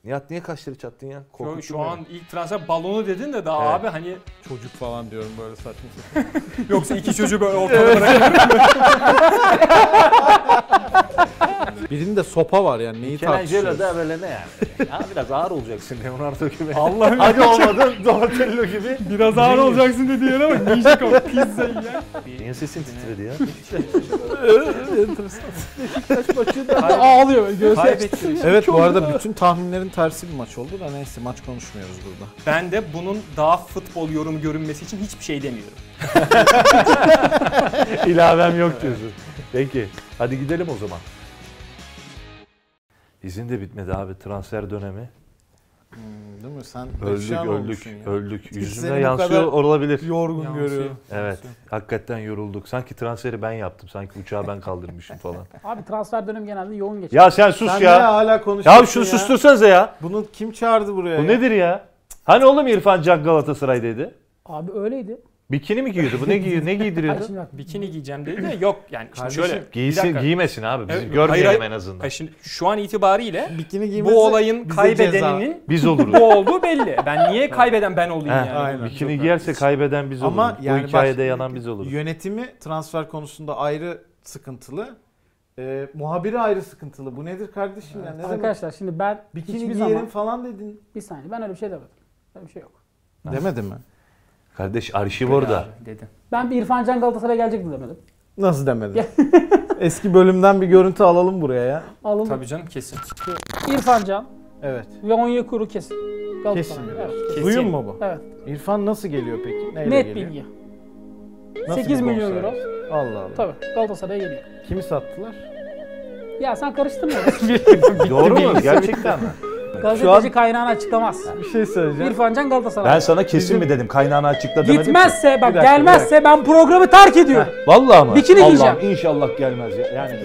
Nihat niye kaşları çattın ya? Şu an ilk transfer balonu dedin de daha Evet. abi hani Çocuk falan diyorum böyle saçma sapan. yoksa iki çocuğu böyle ortada bırakıp Birinde sopa var yani neyi tartışıyoruz? da böyle ne yani? Ya biraz ağır olacaksın Leonardo gibi. Allah'ım Hadi olmadı Donatello gibi. biraz ağır olacaksın dediği yere bak yiyecek o pizzayı ya. Niye sesin titredi ya? Ağlıyor böyle göğsü. Kaybettim. Evet bu arada bütün tahminlerin tersi bir maç oldu da neyse maç konuşmuyoruz burada. Ben de bunun daha futbol yorumu görünmesi için hiçbir şey demiyorum. İlavem yok diyorsun. Peki hadi gidelim o zaman. İzin de bitmedi abi transfer dönemi. Değil mi? Sen Öldük. Seni Yüzüme bu yansıyor kadar olabilir. yorgun Yansıyor. görüyorum. Evet, hakikaten yorulduk. Sanki transferi ben yaptım. Sanki uçağı ben kaldırmışım falan. Abi transfer dönemi genelde yoğun geçiyor. Ya sen sus Sen ya. niye hala konuşuyorsun Ya şunu sustursanıza ya. Bunu kim çağırdı buraya Bu ya? nedir ya? Hani oğlum İrfan Can Galatasaray'daydı? Abi öyleydi. Bikini mi giyiyordu? Bu ne giyiyor? Ne Hayır giydiriyordu? şimdi bak. Bikini giyeceğim dedi de yok yani şimdi Kardeşim, şöyle. bir Giysin, dakika. giymesin abi. Biz Evet, görmeyelim hayır. en azından. Hayır, şimdi şu an itibariyle Bikini giymesi bu olayın bize kaybedeninin Biz oluruz. bu olduğu belli. Ben niye kaybeden ben olayım Heh, yani? aynen. Bikini Çok giyerse kaybeden biz oluruz. Ama yani Bu hikayede bak, yanan biz oluruz. Yönetimi transfer konusunda ayrı sıkıntılı. Muhabiri ayrı sıkıntılı. Bu nedir kardeşim ya? Ne demek? Arkadaşlar şimdi ben Bikini hiçbir giyerim zaman falan dedin. bir saniye ben öyle bir şey demedim. Öyle bir şey yok. Demedin mi? Kardeş arşiv orada. Dedi. Ben bir İrfan Can Galatasaray'a gelecekti demedim. Nasıl demedin? Eski bölümden bir görüntü alalım buraya ya. Alındı. Tabii canım kesin. İrfan Can Evet. ve Onyekuru kesin. Kesin mi? Evet. Kesin. Duyun mu bu? Evet. İrfan nasıl geliyor peki? Neyle Net geliyor? bilgi. Nasıl 8 bir milyon euro. bonservis? Allah Allah. Tabii Galatasaray'a geliyor. Kimi sattılar? Ya sen karıştırma. Doğru mu? Gerçekten mi? Gazeteci kaynağını açıklamaz. Bir şey söyleyeceğim. İrfan Can Galatasaray. Ben sana kesin mi dedim? Kaynağını açıkla demedim ki. Gitmezse bak Bir dakika, gelmezse ben programı terk ediyorum. Vallahi mı? Bikini Allah'ım, giyeceğim. İnşallah gelmez ya. Yani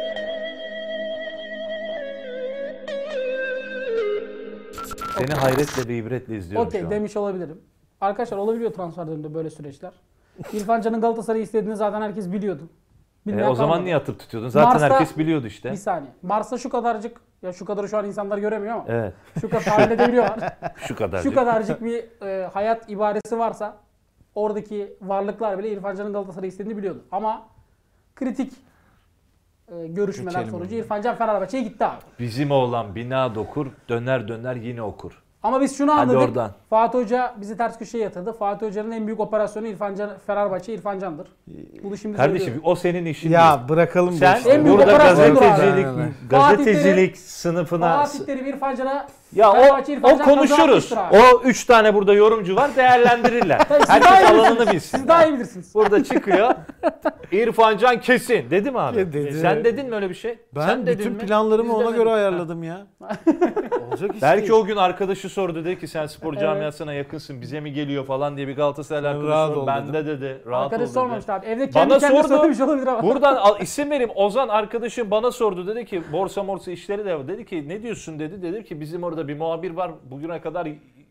seni hayretle ve ibretle izliyorum Okey şu an. demiş olabilirim. Arkadaşlar olabiliyor transfer döneminde böyle süreçler. İrfan Can'ın Galatasaray'ı istediğini zaten herkes biliyordu. Bilmeyen O zaman kalmadı. niye atıp tutuyordun? Zaten Mars'ta- herkes biliyordu işte. Bir saniye. Mars'ta şu kadarcık, ya şu kadarı şu an insanlar göremiyor ama Evet. şu kadar tahmin edebiliyorlar. Şu kadar. Şu kadarcık bir hayat ibaresi varsa oradaki varlıklar bile İrfan Can'ın Galatasaray'ı istediğini biliyordu. Ama kritik görüşmeler Geçelim sonucu onu. İrfan Can Fenerbahçe'ye gitti abi. Bizim oğlan bina dokur, döner döner yine okur. Ama biz şunu Hadi anladık. oradan. Fatih Hoca bizi ters köşeye yatırdı. Fatih Hoca'nın en büyük operasyonu Fenerbahçe İrfan Can'dır. Bunu şimdi Kardeşim söylüyorum. o senin işin değil. Ya bırakalım bu Sen işi. En büyük burada operasyondur abi. gazetecilik sınıfına... Fatih Terim İrfan Can'a Ya Fenerbahçe İrfan o Can konuşuruz. kazanmıştır abi. O 3 tane burada yorumcu var değerlendirirler. Siz daha Herkes iyi alanını bilirsiniz. bilsin. Siz daha iyi bilirsiniz. Burada çıkıyor. İrfan Can kesin. Dedi mi abi? Dedi. Sen dedin mi öyle bir şey? Ben Sen dedin bütün mi? planlarımı Biz ona demedik. göre Ha. ayarladım ya. Olacak iş Belki değil. o gün arkadaşı sordu dedi ki sen spor camiasına yakınsın bize mi geliyor falan diye bir Galatasaraylı arkadaşı rahat sordu. ol Bende dedi. Rahat ol Arkadaş dedi. sormamıştı abi. Evde kendi Bana kendine sordu. söylemiş olabilir ama. Buradan isim vereyim. Ozan arkadaşım bana sordu. Dedi ki borsa işleri de var. Dedi ki ne diyorsun dedi. Dedim ki bizim orada bir muhabir var. Bugüne kadar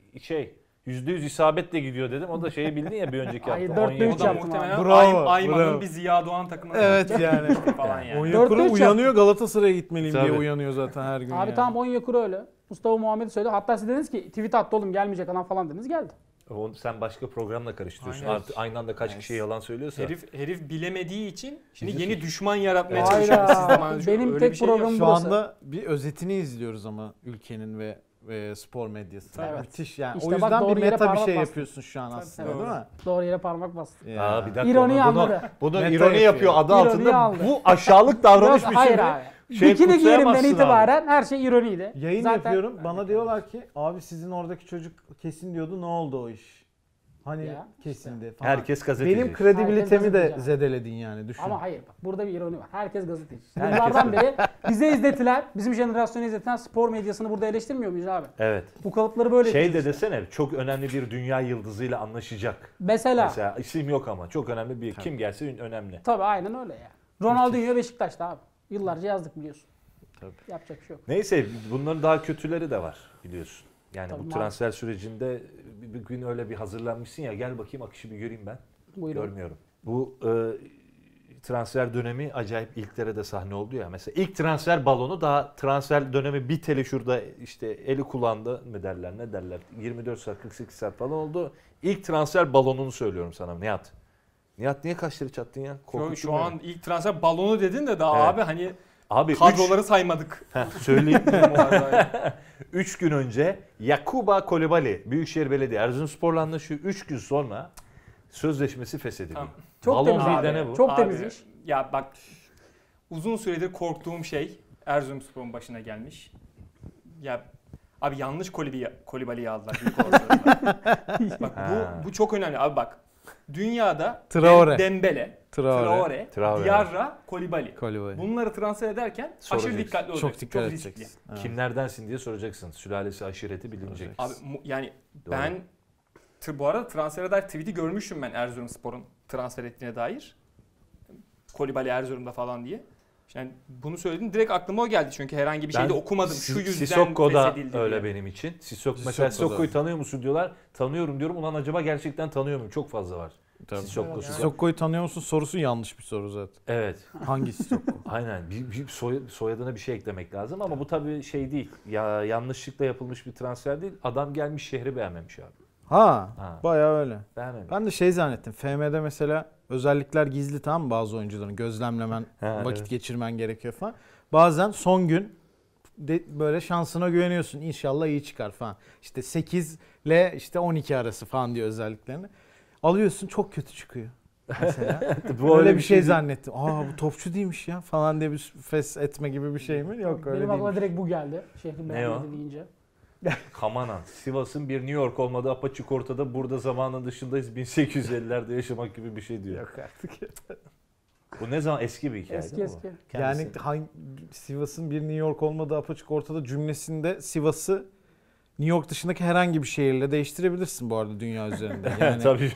%100 isabetle gidiyor dedim. O da şeyi bildin ya bir önceki Ay, hafta. 4'te 17. üç O da yaptım muhtemelen Bravo, Ayman'ın bravo. bir Ziya Doğan takımına Evet yani. falan yani. Onyekuru 4-5 uyanıyor Galatasaray'a gitmeliyim Tabii. diye uyanıyor zaten her gün. Abi yani. tamam Onyekuru öyle. Mustafa Muhammed söyledi. Hatta siz dediniz ki tweet attı oğlum gelmeyecek adam falan dediniz geldi. Onu sen başka programla karıştırıyorsun. Aynen. Artık aynı anda kaç kişi yalan söylüyorsa. Herif bilemediği için şimdi yeni düşman yaratmaya Hayda. çalışıyor. Siz de bana Benim öyle tek bir şey yok. programım Şu burası. anda bir özetini izliyoruz ama ülkenin ve spor medyası. Evet. Müthiş yani. İşte o bak, yüzden doğru bir yere meta bir parmak şey bastın. yapıyorsun şu an aslında doğru. değil mi? Doğru yere parmak bastı. Ya. Aa, bir dakika. İroniyi bunu anladı. Meta ironi yapıyor adı İroniyi altında. aldı. Bu aşağılık davranış Yok, biçimi. hayır abi. Şey Bikini giyerimden kutsayamazsın itibaren her şey ironiydi. Yayın Zaten yapıyorum. Bana diyorlar ki abi sizin oradaki çocuk kesin diyordu. Ne oldu o iş? Hani Ya, kesindi falan. Herkes gazeteci. Benim kredibilitemi Herkes de gazeteci. zedeledin yani düşün. Ama hayır bak burada bir ironi var. Herkes gazeteci. Herkes Yıllardan beri bize izletilen, bizim jenerasyonu izletilen spor medyasını burada eleştirmiyor muyuz abi? Evet. Bu kalıpları böyle Şey de yapıyoruz işte. desene çok önemli bir dünya yıldızıyla anlaşacak. Mesela. Mesela isim yok ama çok önemli bir kim gelse önemli. Tabii aynen öyle ya. Ronaldinho Beşiktaş'ta abi. Yıllarca yazdık biliyorsun. Tabii. Yapacak bir şey yok. Neyse bunların daha kötüleri de var biliyorsun. Yani Tabii, bu transfer sürecinde bir gün öyle bir hazırlanmışsın ya gel bakayım akışı bir göreyim ben. Buyurun. Görmüyorum. Bu transfer dönemi acayip ilklere de sahne oldu ya. Mesela ilk transfer balonu daha transfer dönemi biteli şurada işte eli kullandı mı derler ne derler. 24 saat 48 saat falan oldu. İlk transfer balonunu söylüyorum sana Nihat. Nihat niye kaşları çattın ya? Korkuttun Şu beni. an ilk transfer balonu dedin de daha Evet. abi hani Abi kadroları saymadık. söyleyeyim. Bu arada. 3 gün önce Yakuba Kolibali Büyükşehir Belediye Erzurumspor'la anlaşıyor. 3 gün sonra sözleşmesi feshediliyor. Tamam. Çok Balon temiz değil abi. de ne bu? Çok Abi, temiz iş. Ya bak uzun süredir korktuğum şey Erzurumspor'un başına gelmiş. Ya abi yanlış Kolibali'yi aldılar büyük olasılıkla. Bak bu çok önemli abi bak. Dünyada Traore. Dembele, Traore. Traore. Diarra, Kolibali. Kolibali. Bunları transfer ederken aşırı Soracaksın. dikkatli olacaksın. Çok dikkat riskli. edeceksin. Evet. Kimlerdensin diye soracaksın. Sülalesi aşireti bilinecek. Abi yani Doğru. ben bu arada transfere dair tweet'i görmüşüm ben Erzurumspor'un transfer ettiğine dair. Kolibali Erzurum'da falan diye. Yani bunu söyledim direkt aklıma o geldi çünkü herhangi bir şey de okumadım. Şu yüzden Sissoko da feshedildi öyle diye. benim için. Mesela Sissoko da. Sissoko'yu tanıyor musun diyorlar. Tanıyorum diyorum. Ulan acaba gerçekten tanıyor muyum? Çok fazla var. Tabii. Sissoko. Sissoko'yu tanıyor musun sorusu yanlış bir soru zaten. Evet. Hangi Sissoko? Aynen. Bir soyadına bir şey eklemek lazım ama bu tabii şey değil. Ya yanlışlıkla yapılmış bir transfer değil. Adam gelmiş şehri beğenmemiş abi. Ha, Ha. bayağı öyle. Beğenmemiş. Ben de şey zannettim. FM'de mesela özellikler gizli tamam mı bazı oyuncuların gözlemlemen, Ha, vakit evet. geçirmen gerekiyor falan. Bazen son gün böyle şansına güveniyorsun. İnşallah iyi çıkar falan. İşte 8 ile işte 12 arası falan diyor özelliklerini. Alıyorsun çok kötü çıkıyor. Mesela. Bu Öyle bir şey değil. zannettim. Bu topçu değilmiş ya falan diye bir fes etme gibi bir şey mi? Yok öyle Benim aklıma değil. direkt bu geldi. Şehrin Ne beğenmedi o? deyince. Kamanan. Sivas'ın bir New York olmadığı apaçık ortada. Burada zamanın dışındayız. 1850'lerde yaşamak gibi bir şey diyor. Yok artık. Bu ne zaman eski bir hikaye Eski değil mi eski. bu? Yani Sivas'ın bir New York olmadığı apaçık ortada cümlesinde Sivas'ı New York dışındaki herhangi bir şehirle değiştirebilirsin bu arada dünya üzerinde. Yani Tabii.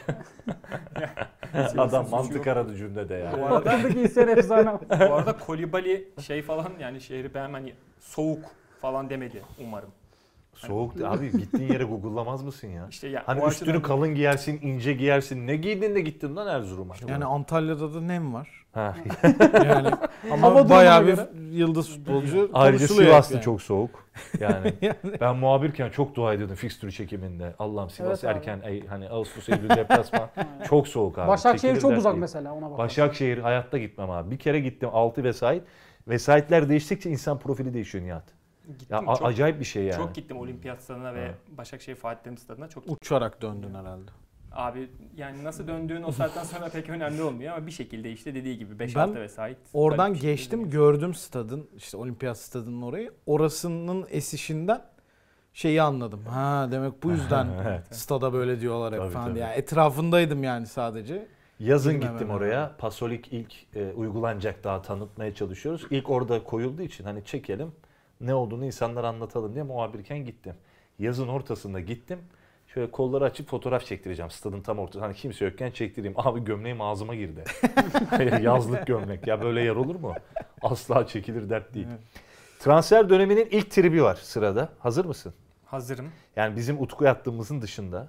Adam suçu mantık yok. aradı cümlede ya. Bu arada, Aklımdaki isyan efsane. bu arada Kolibali şey falan yani şehri beğenmen hani soğuk falan demedi umarım. Soğuk abi gittiğin yere google'lamaz mısın ya? İşte ya Hani o üstünü açıdan- kalın giyersin, ince giyersin. Ne giydin de gittin lan Erzurum'a? yani Antalya'da da nem var. Ha. Yani Hava ama durumuna bayağı bir göre. yıldız futbolcu Ayrıca konuşuluyor Sivas'ta yani. çok soğuk. Yani ben muhabirken çok dua ediyordum fikstürü çekiminde. Allah'ım Sivas Evet abi. erken hani Ağustos Eylül deplasman çok soğuk abi. Başakşehir Çekilir çok dert uzak değil. mesela ona bak. Başakşehir hayatta gitmem abi. Bir kere gittim 6 vesait. Vesayetler değiştikçe insan profili değişiyor Nihat. Gittim, Ya çok, acayip bir şey yani. çok gittim Olimpiyat stadına ve Başakşehir Fatih Terim stadına çok gittim. Uçarak döndün herhalde. Abi yani nasıl döndüğün o saatten sonra pek önemli olmuyor ama bir şekilde işte dediği gibi 5-6 Ben vesait. Oradan garip bir şekilde geçtim dönüyor. gördüm stadın işte olimpiyat stadının orayı. Orasının esişinden şeyi anladım. Ha demek bu yüzden Evet. stada böyle diyorlar hep Tabii, falan tabii. diye. Yani etrafındaydım yani sadece. Yazın Bilmem gittim hemen. oraya. Pasolik ilk uygulanacak daha tanıtmaya çalışıyoruz. İlk orada koyulduğu için hani çekelim ne olduğunu insanlara anlatalım diye muhabirken gittim. Yazın ortasında gittim. Şöyle kolları açıp fotoğraf çektireceğim stadın tam ortasında. Hani kimse yokken çektireyim. Abi gömleğim ağzıma girdi. Yazlık gömlek. Ya böyle yer olur mu? Asla çekilir dert değil. Transfer döneminin ilk tribi var sırada. Hazır mısın? Hazırım. Yani bizim Utku yattığımızın dışında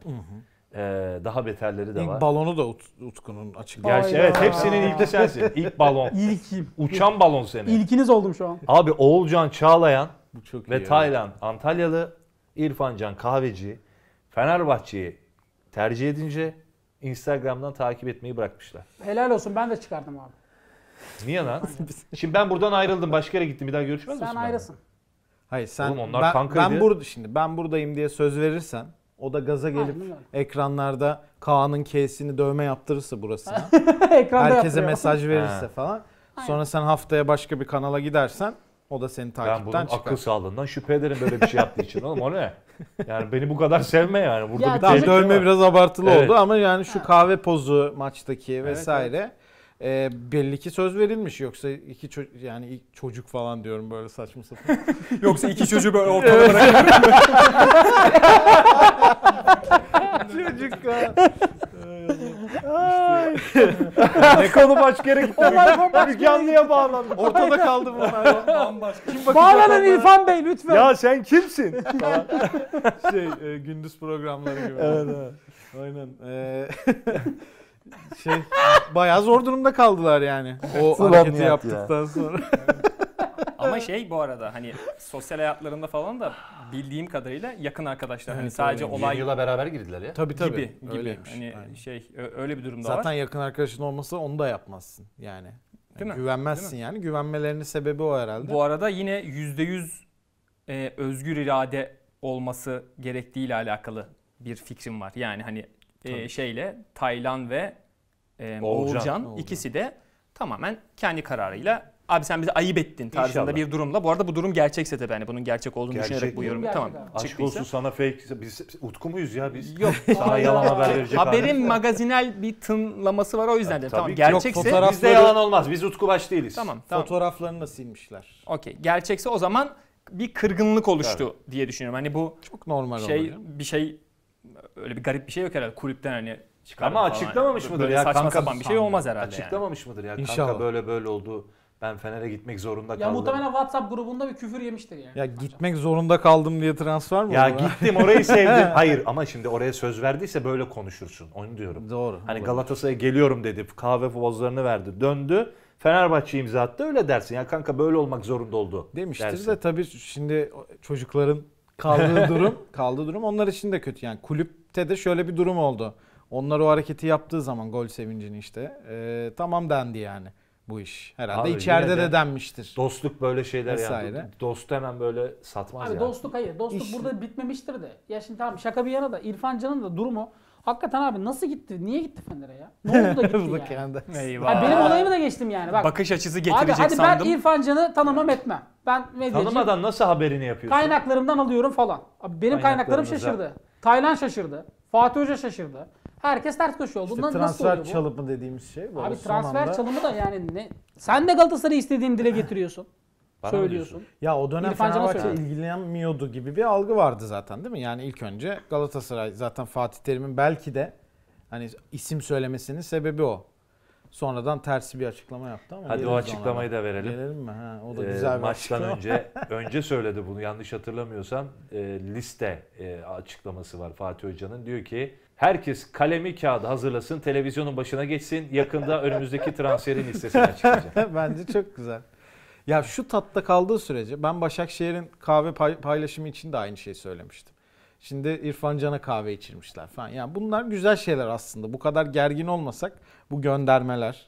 daha beterleri de İlk var. balonu da Utku'nun açık. Gerçi Hayda. evet hepsinin ilk de sensin. İlk balon. İlkim. Uçan balon seni. İlkiniz oldum şu an. Abi Oğulcan Çağlayan Bu çok ve iyi. Taylan Antalyalı İrfan Can Kahveci Fenerbahçe'yi tercih edince Instagram'dan takip etmeyi bırakmışlar. Helal olsun ben de çıkardım abi. Niye lan? Şimdi ben buradan ayrıldım. Başka yere gittim. Bir daha görüşmez misin? Sen benimle? ayrısın. Hayır sen Oğlum onlar ben kankaydı. şimdi ben buradayım diye söz verirsen o da gaza gelip Aynen öyle. ekranlarda Kaan'ın K'sini dövme yaptırırsa burasına. Ekranda herkese yaptırıyor. mesaj verirse Ha. falan. Aynen. Sonra sen haftaya başka bir kanala gidersen o da seni Ben takipten bunun çıkar. akıl sağlığından şüphe ederim böyle bir şey yaptığı için. Oğlum o ne? Yani beni bu kadar sevme yani. Burada Ya bir Tamam, tehlike dövme var. biraz abartılı Evet. oldu ama yani şu kahve pozu maçtaki Evet, vesaire belli ki söz verilmiş yoksa iki yani ilk çocuk falan diyorum böyle saçma sapan. Yoksa iki çocuğu böyle ortada bırakıp Çocuk ya. Ne konu başka yere gitti. Müge Anlı'ya bağlandı. Ortada kaldı bunlar. bambaşka. Bağlanın İrfan Bey lütfen. Ya sen kimsin? Falan. Gündüz programları gibi. Evet, evet. Aynen. Bayağı zor durumda kaldılar yani. O Full hareketi omniyat yaptıktan sonra. Ama bu arada hani sosyal hayatlarında falan da bildiğim kadarıyla yakın arkadaşlar. Hani sadece Yeni olay yıla beraber girdiler ya. Tabii gibi. Öyleymiş. Hani Aynen. öyle bir durumda Zaten var. yakın arkadaşın olmasa onu da yapmazsın yani. Değil mi? Güvenmezsin Değil yani. Güvenmelerinin sebebi o herhalde. Bu arada yine %100 özgür irade olması gerektiğiyle alakalı bir fikrim var. Yani hani Taylan ve Oğulcan ikisi de tamamen kendi kararıyla abi sen bize ayıp ettin tarzında İnşallah. bir durumla. Bu arada bu durum gerçekse tabii hani bunun gerçek olduğunu Gerçek düşünerek bu mi? yorumu Gerçek tamam abi. Aşk çıktıysa. olsun sana fake. Biz Utku muyuz ya biz? Yok. Sana yalan haber verecek Haberin halimiz yok. magazinel bir tınlaması var o yüzden Tabii de. Tamam ki. gerçekse Yok, fotoğraf- Bizde yalan olmaz. Biz Utku Baş değiliz. tamam. Fotoğraflarını da silmişler. Okey. Gerçekse o zaman bir kırgınlık oluştu diye düşünüyorum. Hani bu Çok normal oluyor. öyle bir garip bir şey yok herhalde kulüpten hani çıkardım Ama falan. açıklamamış mıdır Böyle ya saçma kanka? sapan bir şey olmaz herhalde yani. Açıklamamış mıdır ya? İnşallah. Kanka böyle oldu. Ben Fener'e gitmek zorunda Ya kaldım. muhtemelen WhatsApp grubunda bir küfür yemiştir yani. Ya gitmek zorunda kaldım diye transfer mi Ya oldu? gittim orayı sevdim. Hayır ama şimdi oraya söz verdiyse böyle konuşursun. Onu diyorum. Doğru. Hani olabilir. Galatasaray'a geliyorum dedi. Kahve pozlarını verdi. Döndü. Fenerbahçe imza attı. Öyle dersin. Ya kanka böyle olmak zorunda oldu. Demiştir dersin. de tabii şimdi çocukların kaldığı durum onlar için de kötü. Yani kulüpte de şöyle bir durum oldu. Onlar o hareketi yaptığı zaman gol sevincini işte tamam dendi yani bu iş. Herhalde Abi içeride yine de de denmiştir. Dostluk böyle şeyler Vesaire. yani. Dostu hemen böyle satmaz Abi ya. dostluk hayır. Dostluk İş- burada bitmemiştir de. Ya şimdi tamam şaka bir yana da İrfan Can'ın da durumu hakikaten abi nasıl gitti? Niye gitti Fener'e ya? Ne oldu da gitti Hızlı yani? kendi. Eyvah. Ha, benim olayımı da geçtim yani. Bak. Bakış açısı Abi getirecek hadi sandım. ben İrfan Can'ı tanımam etmem. Ben medyacıyım. Tanımadan nasıl haberini yapıyorsun? Kaynaklarımdan alıyorum falan. Abi benim kaynaklarım Kaynaklarınıza- şaşırdı. Taylan şaşırdı. Fatih Hoca şaşırdı. Herkes ters köşe oldu. İşte Nasıl transfer oluyor bu? çalımı dediğimiz şey. Böyle Abi son transfer anda- çalımı da yani ne? Sen de Galatasaray'ı istediğini dile getiriyorsun. Bana mı söylüyorsun. Ya o dönem İrfan Can'a Fenerbahçe söylüyorum. ilgilenmiyordu gibi bir algı vardı zaten değil mi? Yani ilk önce Galatasaray zaten Fatih Terim'in belki de hani isim söylemesinin sebebi o. Sonradan tersi bir açıklama yaptı ama Hadi geliriz o açıklamayı ona. da verelim. Gelelim mi? Ha, o da güzel bir Maçtan açıklama. önce söyledi bunu yanlış hatırlamıyorsam liste açıklaması var Fatih Hoca'nın. Diyor ki herkes kalemi kağıdı hazırlasın televizyonun başına geçsin yakında önümüzdeki transferin listesini açıklayacak. Bence çok güzel. Ya şu tatta kaldığı sürece ben Başakşehir'in kahve paylaşımı için de aynı şeyi söylemiştim. Şimdi İrfan Can'a kahve içirmişler falan. Yani bunlar güzel şeyler aslında. Bu kadar gergin olmasak bu göndermeler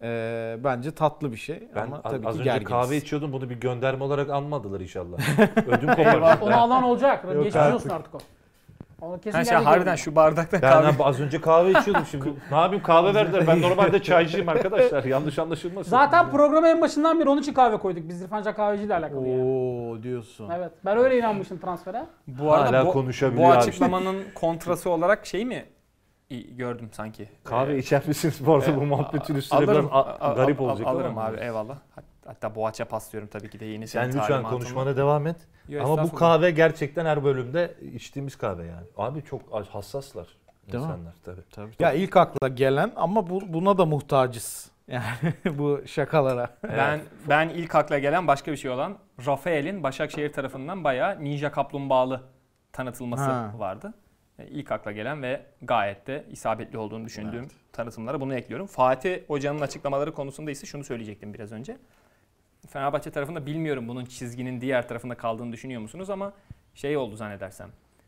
bence tatlı bir şey. Ben ama tabii az ki önce gerginiz. kahve içiyordum bunu bir gönderme olarak almadılar inşallah. Ödüm koparacak. Onu alan olacak. Yok Geçmiş artık. olsun artık o. Onu kesin Ha gelecek harbiden yani. şu bardakta Ben kahve. az önce kahve içiyordum şimdi. Ne yapayım kahve verdiler. Ben normalde çaycıyım arkadaşlar. Yanlış anlaşılmasın. Zaten programa en başından beri onun için kahve koyduk. Biz İrfan Can kahveciyle alakalı yani. Oo diyorsun. Evet. Ben öyle inanmıştım transfere. Bu arada Hala bu konuşabiliyor bu abi. açıklamanın kontrası olarak mi gördüm sanki? Kahve içer misiniz bu arada bu muhabbetin üstüne biraz garip olacak alırım ama. abi eyvallah. Hatta Boğaç'a paslıyorum tabii ki de yeni Sen senin lütfen talimatınla. konuşmana devam et. Yo, Ama bu estağfurullah. kahve gerçekten her bölümde içtiğimiz kahve yani. Abi çok hassaslar Değil mi? insanlar tabii. Tabii. Ya ilk akla gelen ama buna da muhtacız. Yani bu şakalara. Ben ilk akla gelen başka bir şey olan Rafael'in Başakşehir tarafından bayağı Ninja Kaplumbağalı tanıtılması vardı. İlk akla gelen ve gayet de isabetli olduğunu düşündüğüm tanıtımlara bunu ekliyorum. Fatih Hoca'nın açıklamaları konusunda ise şunu söyleyecektim biraz önce. Fenerbahçe tarafında bilmiyorum bunun çizginin diğer tarafında kaldığını düşünüyor musunuz ama oldu zannedersem.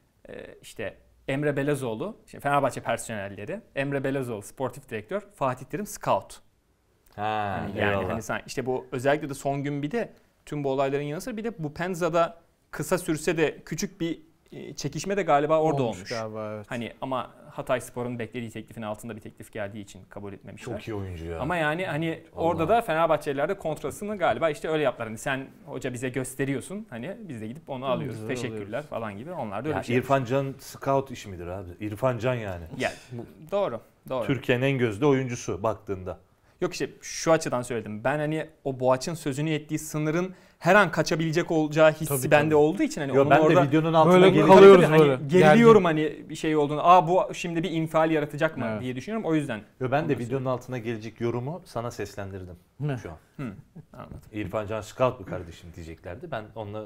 İşte Emre Belezoğlu, Fenerbahçe personelleri, Emre Belezoğlu sportif direktör, Fatih Terim scout. Ha, Yani hani sen işte bu özellikle de son gün bir de tüm bu olayların yanı sıra bir de bu Penza'da kısa sürse de küçük bir çekişme de galiba orada olmuş. Galiba, evet. Hani ama Hatayspor'un beklediği teklifin altında bir teklif geldiği için kabul etmemişler. Çok iyi oyuncu ya. Ama yani hani orada da Fenerbahçeliler de kontrasını galiba işte öyle yaptılar. Hani sen hoca bize gösteriyorsun hani biz de gidip onu alıyoruz. Biz de Teşekkürler alıyoruz. falan gibi. Onlar da öyle Ya bir şey. İrfan Can scout işi midir abi? İrfan Can yani. Yani, doğru. Türkiye'nin en gözde oyuncusu baktığında. Yok işte şu açıdan söyledim. Ben hani o Boğaç'ın sözünü ettiği sınırın her an kaçabilecek olacağı hissi Tabii, bende tabii. olduğu için hani Yo, onun ben orada de videonun altına Böyle geleceğim. kalıyoruz hani böyle. geriliyorum hani bir şey olduğunu. Bu şimdi bir infial yaratacak mı Evet. diye düşünüyorum. O yüzden. Yo, ben de Ondan videonun altına gelecek yorumu sana seslendirdim Ne? şu an. Anladım. İrfan Can scout bu kardeşim diyeceklerdi. Ben onunla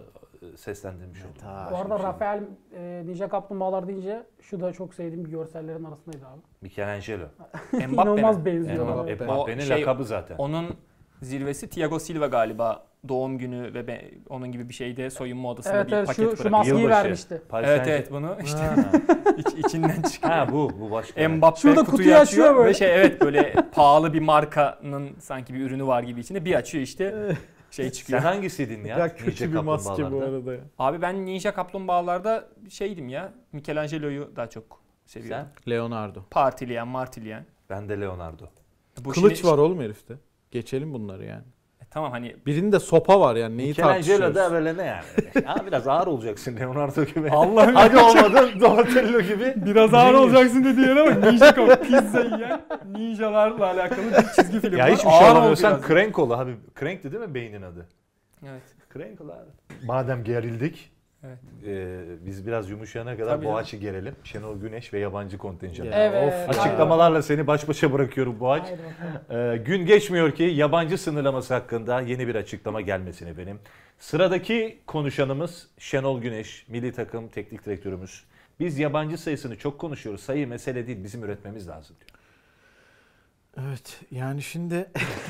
seslendirmiş oldu. Bu arada Rafael Ninja Kaplumbağalar deyince şu da çok sevdiğim bir görsellerin arasındaydı abi. Michelangelo. İnanılmaz benziyorlar. Mbappe'nin lakabı zaten. Onun zirvesi Thiago Silva galiba. Doğum günü ve onun gibi bir şeyde soyunma odasında bir paket şu bırakıyor. maskeyi Yılbaşı. vermişti. Evet bunu işte içinden çıkıyor. Ha bu başka. Mbappe Şurada kutuyu açıyor böyle. ve böyle pahalı bir markanın sanki bir ürünü var gibi içinde bir açıyor işte çıkıyor. Sen hangisiydin ya? Ya kötü bir maske bu arada ya. Abi ben Ninja Kaplumbağalarda şeydim ya. Michelangelo'yu daha çok seviyorum. Sen? Leonardo. Partileyen, martileyen. Ben de Leonardo. Bu Kılıç şimdi- var oğlum herifte. Geçelim bunları yani. Tamam hani Birinde sopa var yani neyi Michelangelo tartışıyoruz? da böyle ne yani? Ya biraz ağır olacaksın Leonardo gibi. Allah'ım Hadi olmadı Donatello gibi. biraz ağır olacaksın dediği yere bak. Ninja pizza yiyen ninjalarla alakalı bir çizgi film Ya var. hiçbir Ağır şey ol alamıyorsan biraz. Crank ol abi. Crank'ti değil mi beynin adı? Evet. Crank ol abi. Madem gerildik. Evet. Biz biraz yumuşayana kadar Tabii Boğaç'ı gerelim. Şenol Güneş ve yabancı kontenjanı. Ya, Evet. of ya. Açıklamalarla seni baş başa bırakıyorum Boğaç. Haydi bakalım. Gün geçmiyor ki yabancı sınırlaması hakkında yeni bir açıklama gelmesin efendim. Sıradaki konuşanımız Şenol Güneş, milli takım teknik direktörümüz. Biz yabancı sayısını çok konuşuyoruz. Sayı mesele değil, bizim üretmemiz lazım diyor. Evet yani şimdi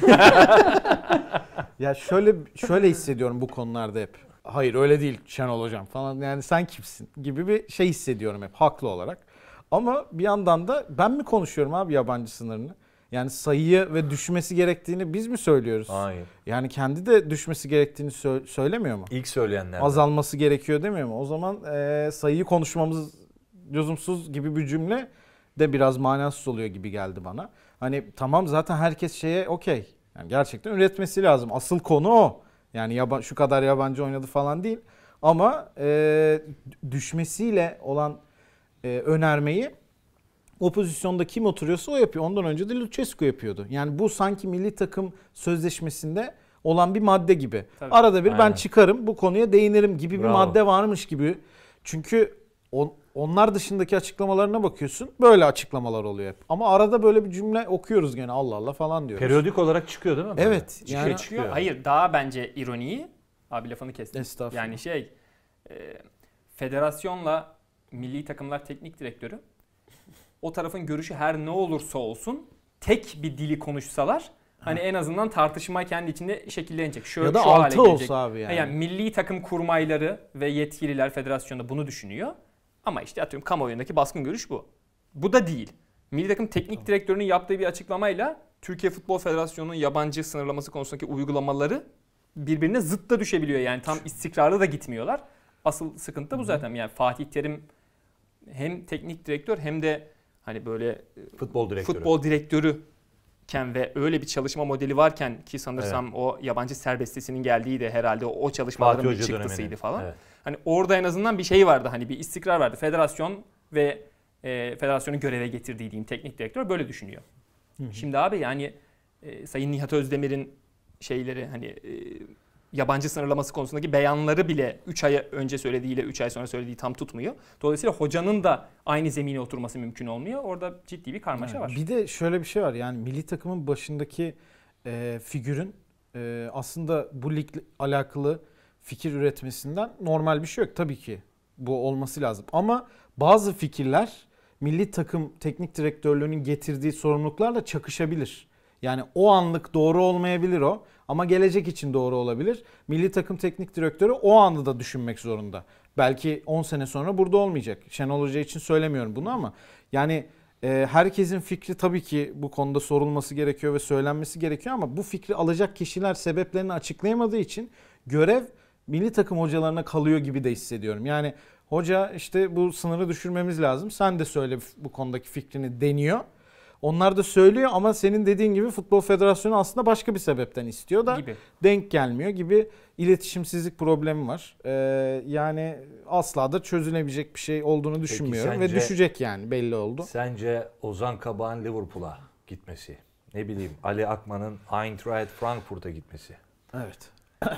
ya şöyle hissediyorum bu konularda hep. Hayır öyle değil Şenol hocam falan yani sen kimsin gibi bir şey hissediyorum hep haklı olarak. Ama bir yandan da ben mi konuşuyorum abi yabancı sınırını? Yani sayıyı ve düşmesi gerektiğini biz mi söylüyoruz? Hayır. Yani kendi de düşmesi gerektiğini söylemiyor mu? İlk söyleyenler. Azalması gerekiyor demiyor mu? O zaman sayıyı konuşmamız lüzumsuz gibi bir cümle de biraz manasız oluyor gibi geldi bana. Hani tamam zaten herkes şeye okey. Yani gerçekten üretmesi lazım. Asıl konu o. Yani şu kadar yabancı oynadı falan değil. Ama düşmesiyle olan önermeyi o pozisyonda kim oturuyorsa o yapıyor. Ondan önce de Lucescu yapıyordu. Yani bu sanki milli takım sözleşmesinde olan bir madde gibi. Tabii. Arada bir ben Aynen. çıkarım bu konuya değinirim gibi bir Bravo. madde varmış gibi. Çünkü onlar dışındaki açıklamalarına bakıyorsun. Böyle açıklamalar oluyor hep. Ama arada böyle bir cümle okuyoruz gene Allah Allah falan diyoruz. Periyodik olarak çıkıyor değil mi? böyle? Evet, yani- çıkıyor. Hayır daha bence ironiyi abi lafını kestim. Estağfurullah. Yani federasyonla milli takımlar teknik direktörü o tarafın görüşü her ne olursa olsun tek bir dili konuşsalar hani en azından tartışma kendi içinde şekillenecek. Ya da şu hale 6 gelecek. olsa abi yani. Yani milli takım kurmayları ve yetkililer federasyonda bunu düşünüyor. Ama işte atıyorum kamuoyundaki baskın görüş bu. Bu da değil. Milli takım teknik direktörünün yaptığı bir açıklamayla Türkiye Futbol Federasyonu'nun yabancı sınırlaması konusundaki uygulamaları birbirine zıtta düşebiliyor. Yani tam istikrarlı da gitmiyorlar. Asıl sıkıntı da bu zaten. Yani Fatih Terim hem teknik direktör hem de hani böyle Futbol direktörü. ve öyle bir çalışma modeli varken ki sanırsam o yabancı serbestisinin geldiği de herhalde o çalışmaların Fatih bir Hoca çıktısıydı döneminin. falan. Evet. Hani orada en azından bir şey vardı. Hani bir istikrar vardı. Federasyon ve federasyonu göreve getirdiği diyeyim teknik direktör böyle düşünüyor. Şimdi abi yani Sayın Nihat Özdemir'in şeyleri hani yabancı sınırlaması konusundaki beyanları bile 3 ay önce söylediğiyle 3 ay sonra söylediği tam tutmuyor. Dolayısıyla hocanın da aynı zemine oturması mümkün olmuyor. Orada ciddi bir karmaşa var. Bir de şöyle bir şey var yani milli takımın başındaki figürün aslında bu ligle alakalı fikir üretmesinden normal bir şey yok. Tabii ki bu olması lazım. Ama bazı fikirler milli takım teknik direktörlüğünün getirdiği sorumluluklarla çakışabilir. Yani o anlık doğru olmayabilir o ama gelecek için doğru olabilir. Milli takım teknik direktörü o anı da düşünmek zorunda. Belki 10 sene sonra burada olmayacak. Şenol Hoca için söylemiyorum bunu ama yani herkesin fikri tabii ki bu konuda sorulması gerekiyor ve söylenmesi gerekiyor ama bu fikri alacak kişiler sebeplerini açıklayamadığı için görev milli takım hocalarına kalıyor gibi de hissediyorum. Yani hoca işte bu sınırı düşürmemiz lazım. Sen de söyle bu konudaki fikrini deniyor. Onlar da söylüyor ama senin dediğin gibi Futbol Federasyonu aslında başka bir sebepten istiyor da Gibi. denk gelmiyor gibi iletişimsizlik problemi var. Yani asla da çözülebilecek bir şey olduğunu düşünmüyorum ve sence- düşecek yani belli oldu. Sence Ozan Kabak'ın Liverpool'a gitmesi, ne bileyim Ali Akman'ın Eintracht Frankfurt'a gitmesi, Evet.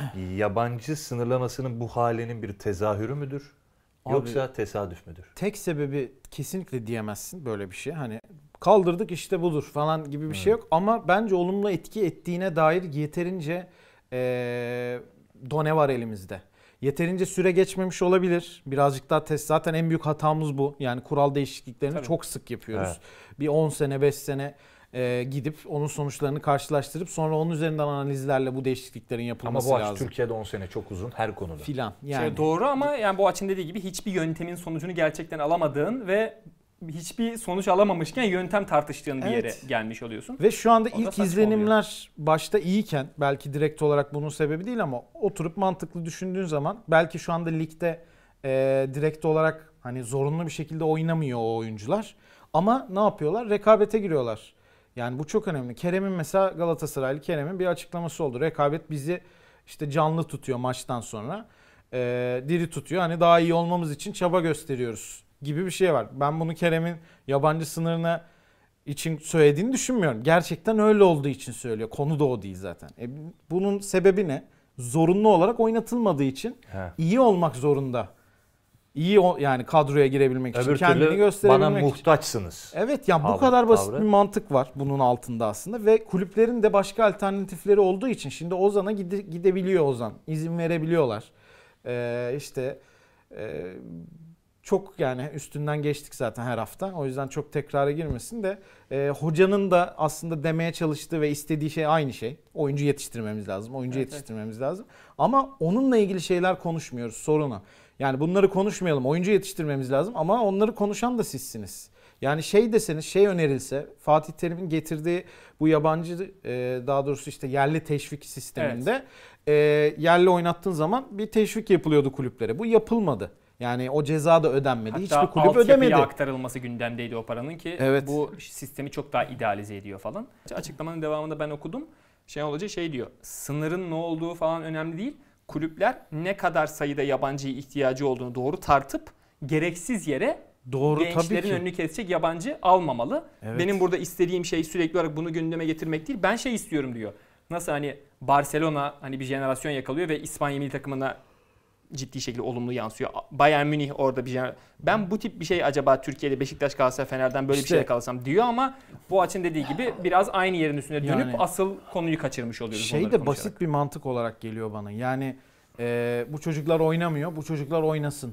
yabancı sınırlamasının bu halinin bir tezahürü müdür? Abi- Yoksa tesadüf müdür? Tek sebebi kesinlikle diyemezsin böyle bir şey. Hani kaldırdık işte budur falan gibi bir şey yok. Ama bence olumlu etki ettiğine dair yeterince done var elimizde. Yeterince süre geçmemiş olabilir. Birazcık daha test. Zaten en büyük hatamız bu. Yani kural değişikliklerini Tabii. çok sık yapıyoruz. Evet. Bir 10 sene 5 sene gidip onun sonuçlarını karşılaştırıp sonra onun üzerinden analizlerle bu değişikliklerin Ama yapılması bu aç lazım. Türkiye'de 10 sene çok uzun her konuda. Filan. Yani Doğru ama yani Boğaç'ın dediği gibi hiçbir yöntemin sonucunu gerçekten alamadığın ve hiçbir sonuç alamamışken yöntem tartıştığın bir yere Evet. gelmiş oluyorsun. ve şu anda O da ilk saçma izlenimler başta iyiyken belki direkt olarak bunun sebebi değil ama oturup mantıklı düşündüğün zaman belki şu anda ligde direkt olarak hani zorunlu bir şekilde oynamıyor o oyuncular. Ama ne yapıyorlar? Rekabete giriyorlar. Yani bu çok önemli. Kerem'in mesela Galatasaraylı Kerem'in bir açıklaması oldu. Rekabet bizi işte canlı tutuyor maçtan sonra. Diri tutuyor. Hani daha iyi olmamız için çaba gösteriyoruz gibi bir şey var. Ben bunu Kerem'in yabancı sınırına için söylediğini düşünmüyorum. Gerçekten öyle olduğu için söylüyor. Konu da o değil zaten. Bunun sebebi ne? Zorunlu olarak oynatılmadığı için He. iyi olmak zorunda. Yani kadroya girebilmek için, Öbür kendini türlü gösterebilmek bana için. muhtaçsınız. Evet yani bu Tavrı- kadar basit tavrı. bir mantık var bunun altında aslında ve kulüplerin de başka alternatifleri olduğu için şimdi Ozan'a gidebiliyor Ozan. İzin verebiliyorlar. İşte çok yani üstünden geçtik zaten her hafta. O yüzden çok tekrara girmesin de hocanın da aslında demeye çalıştığı ve istediği şey aynı şey. Oyuncu yetiştirmemiz lazım. Oyuncu yetiştirmemiz lazım. Ama onunla ilgili şeyler konuşmuyoruz. Sorunu. Yani bunları konuşmayalım. Oyuncu yetiştirmemiz lazım ama onları konuşan da sizsiniz. Yani şey deseniz, şey önerilse Fatih Terim'in getirdiği bu yabancı daha doğrusu işte yerli teşvik sisteminde yerli oynattığın zaman bir teşvik yapılıyordu kulüplere. Bu yapılmadı. Yani o ceza da ödenmedi. Hatta hiçbir kulüp altyapıya ödemedi. aktarılması gündemdeydi o paranın ki Evet. bu sistemi çok daha idealize ediyor falan. Açıklamanın devamında ben okudum. Şenol Hoca diyor. Sınırın ne olduğu falan önemli değil. Kulüpler ne kadar sayıda yabancıya ihtiyacı olduğunu doğru tartıp gereksiz yere Doğru tabii gençlerin ki. önünü kesecek yabancı almamalı. Evet. Benim burada istediğim şey sürekli olarak bunu gündeme getirmek değil. Ben şey istiyorum diyor. Nasıl hani Barcelona hani bir jenerasyon yakalıyor ve İspanya milli takımına ciddi şekilde olumlu yansıyor. Bayern Münih orada bir ben bu tip bir şey acaba Türkiye'de Beşiktaş, Galatasaray, Fener'den böyle bir İşte- şey yakalasam diyor ama Boğaç'ın dediği gibi biraz aynı yerin üstüne dönüp Yani- asıl konuyu kaçırmış oluyoruz. Şey bunları de konuşarak. basit bir mantık olarak geliyor bana. Yani bu çocuklar oynamıyor, bu çocuklar oynasın.